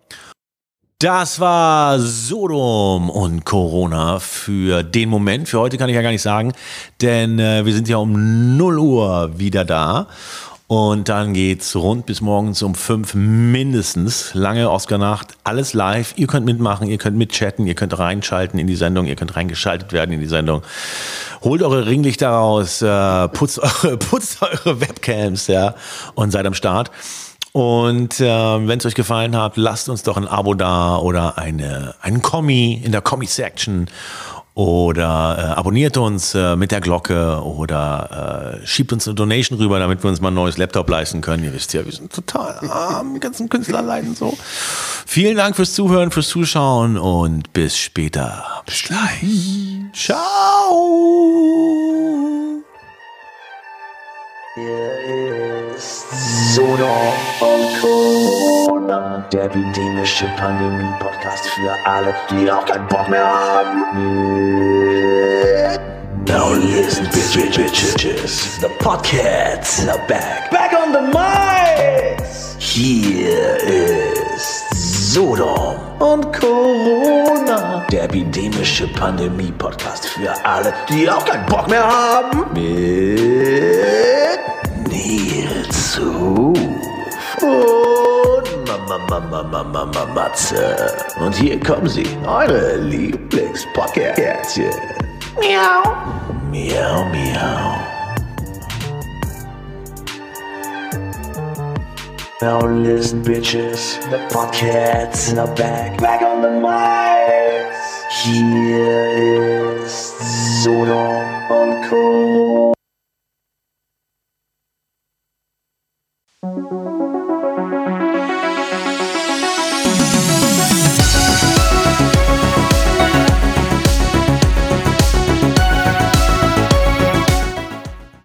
Das war Sodom und Corona für den Moment. Für heute kann ich ja gar nicht sagen, denn äh, wir sind ja um null Uhr wieder da. Und dann geht's rund bis morgens um fünf mindestens. Lange Oscar-Nacht, alles live. Ihr könnt mitmachen, ihr könnt mitchatten, ihr könnt reinschalten in die Sendung, ihr könnt reingeschaltet werden in die Sendung. Holt eure Ringlichter raus, äh, putzt, eure, putzt eure Webcams, ja, und seid am Start. Und äh, wenn es euch gefallen hat, lasst uns doch ein Abo da oder eine, einen Kommi in der Kommi-Section. Oder äh, abonniert uns äh, mit der Glocke oder äh, schiebt uns eine Donation rüber, damit wir uns mal ein neues Laptop leisten können. Ihr wisst ja, wir sind total arm, die ganzen Künstler leiden so. Vielen Dank fürs Zuhören, fürs Zuschauen und bis später. Bis gleich. Ciao. Hier ist Sodom und Corona, der epidemische Pandemie-Podcast für alle, die auch keinen Bock mehr haben. Now listen, bitches, bitches, the Podcasts are back, back on the mics. Hier ist Sodom und Corona, der epidemische Pandemie-Podcast für alle, die auch keinen Bock mehr haben. Mit Nils Ruf und Mama, Mama, Mama, Mama, Matze. Und hier kommen sie, eure Lieblingspodcastchen. Miau. Miau, miau. Now listen, bitches, the podcasts are back, back on the mics. Here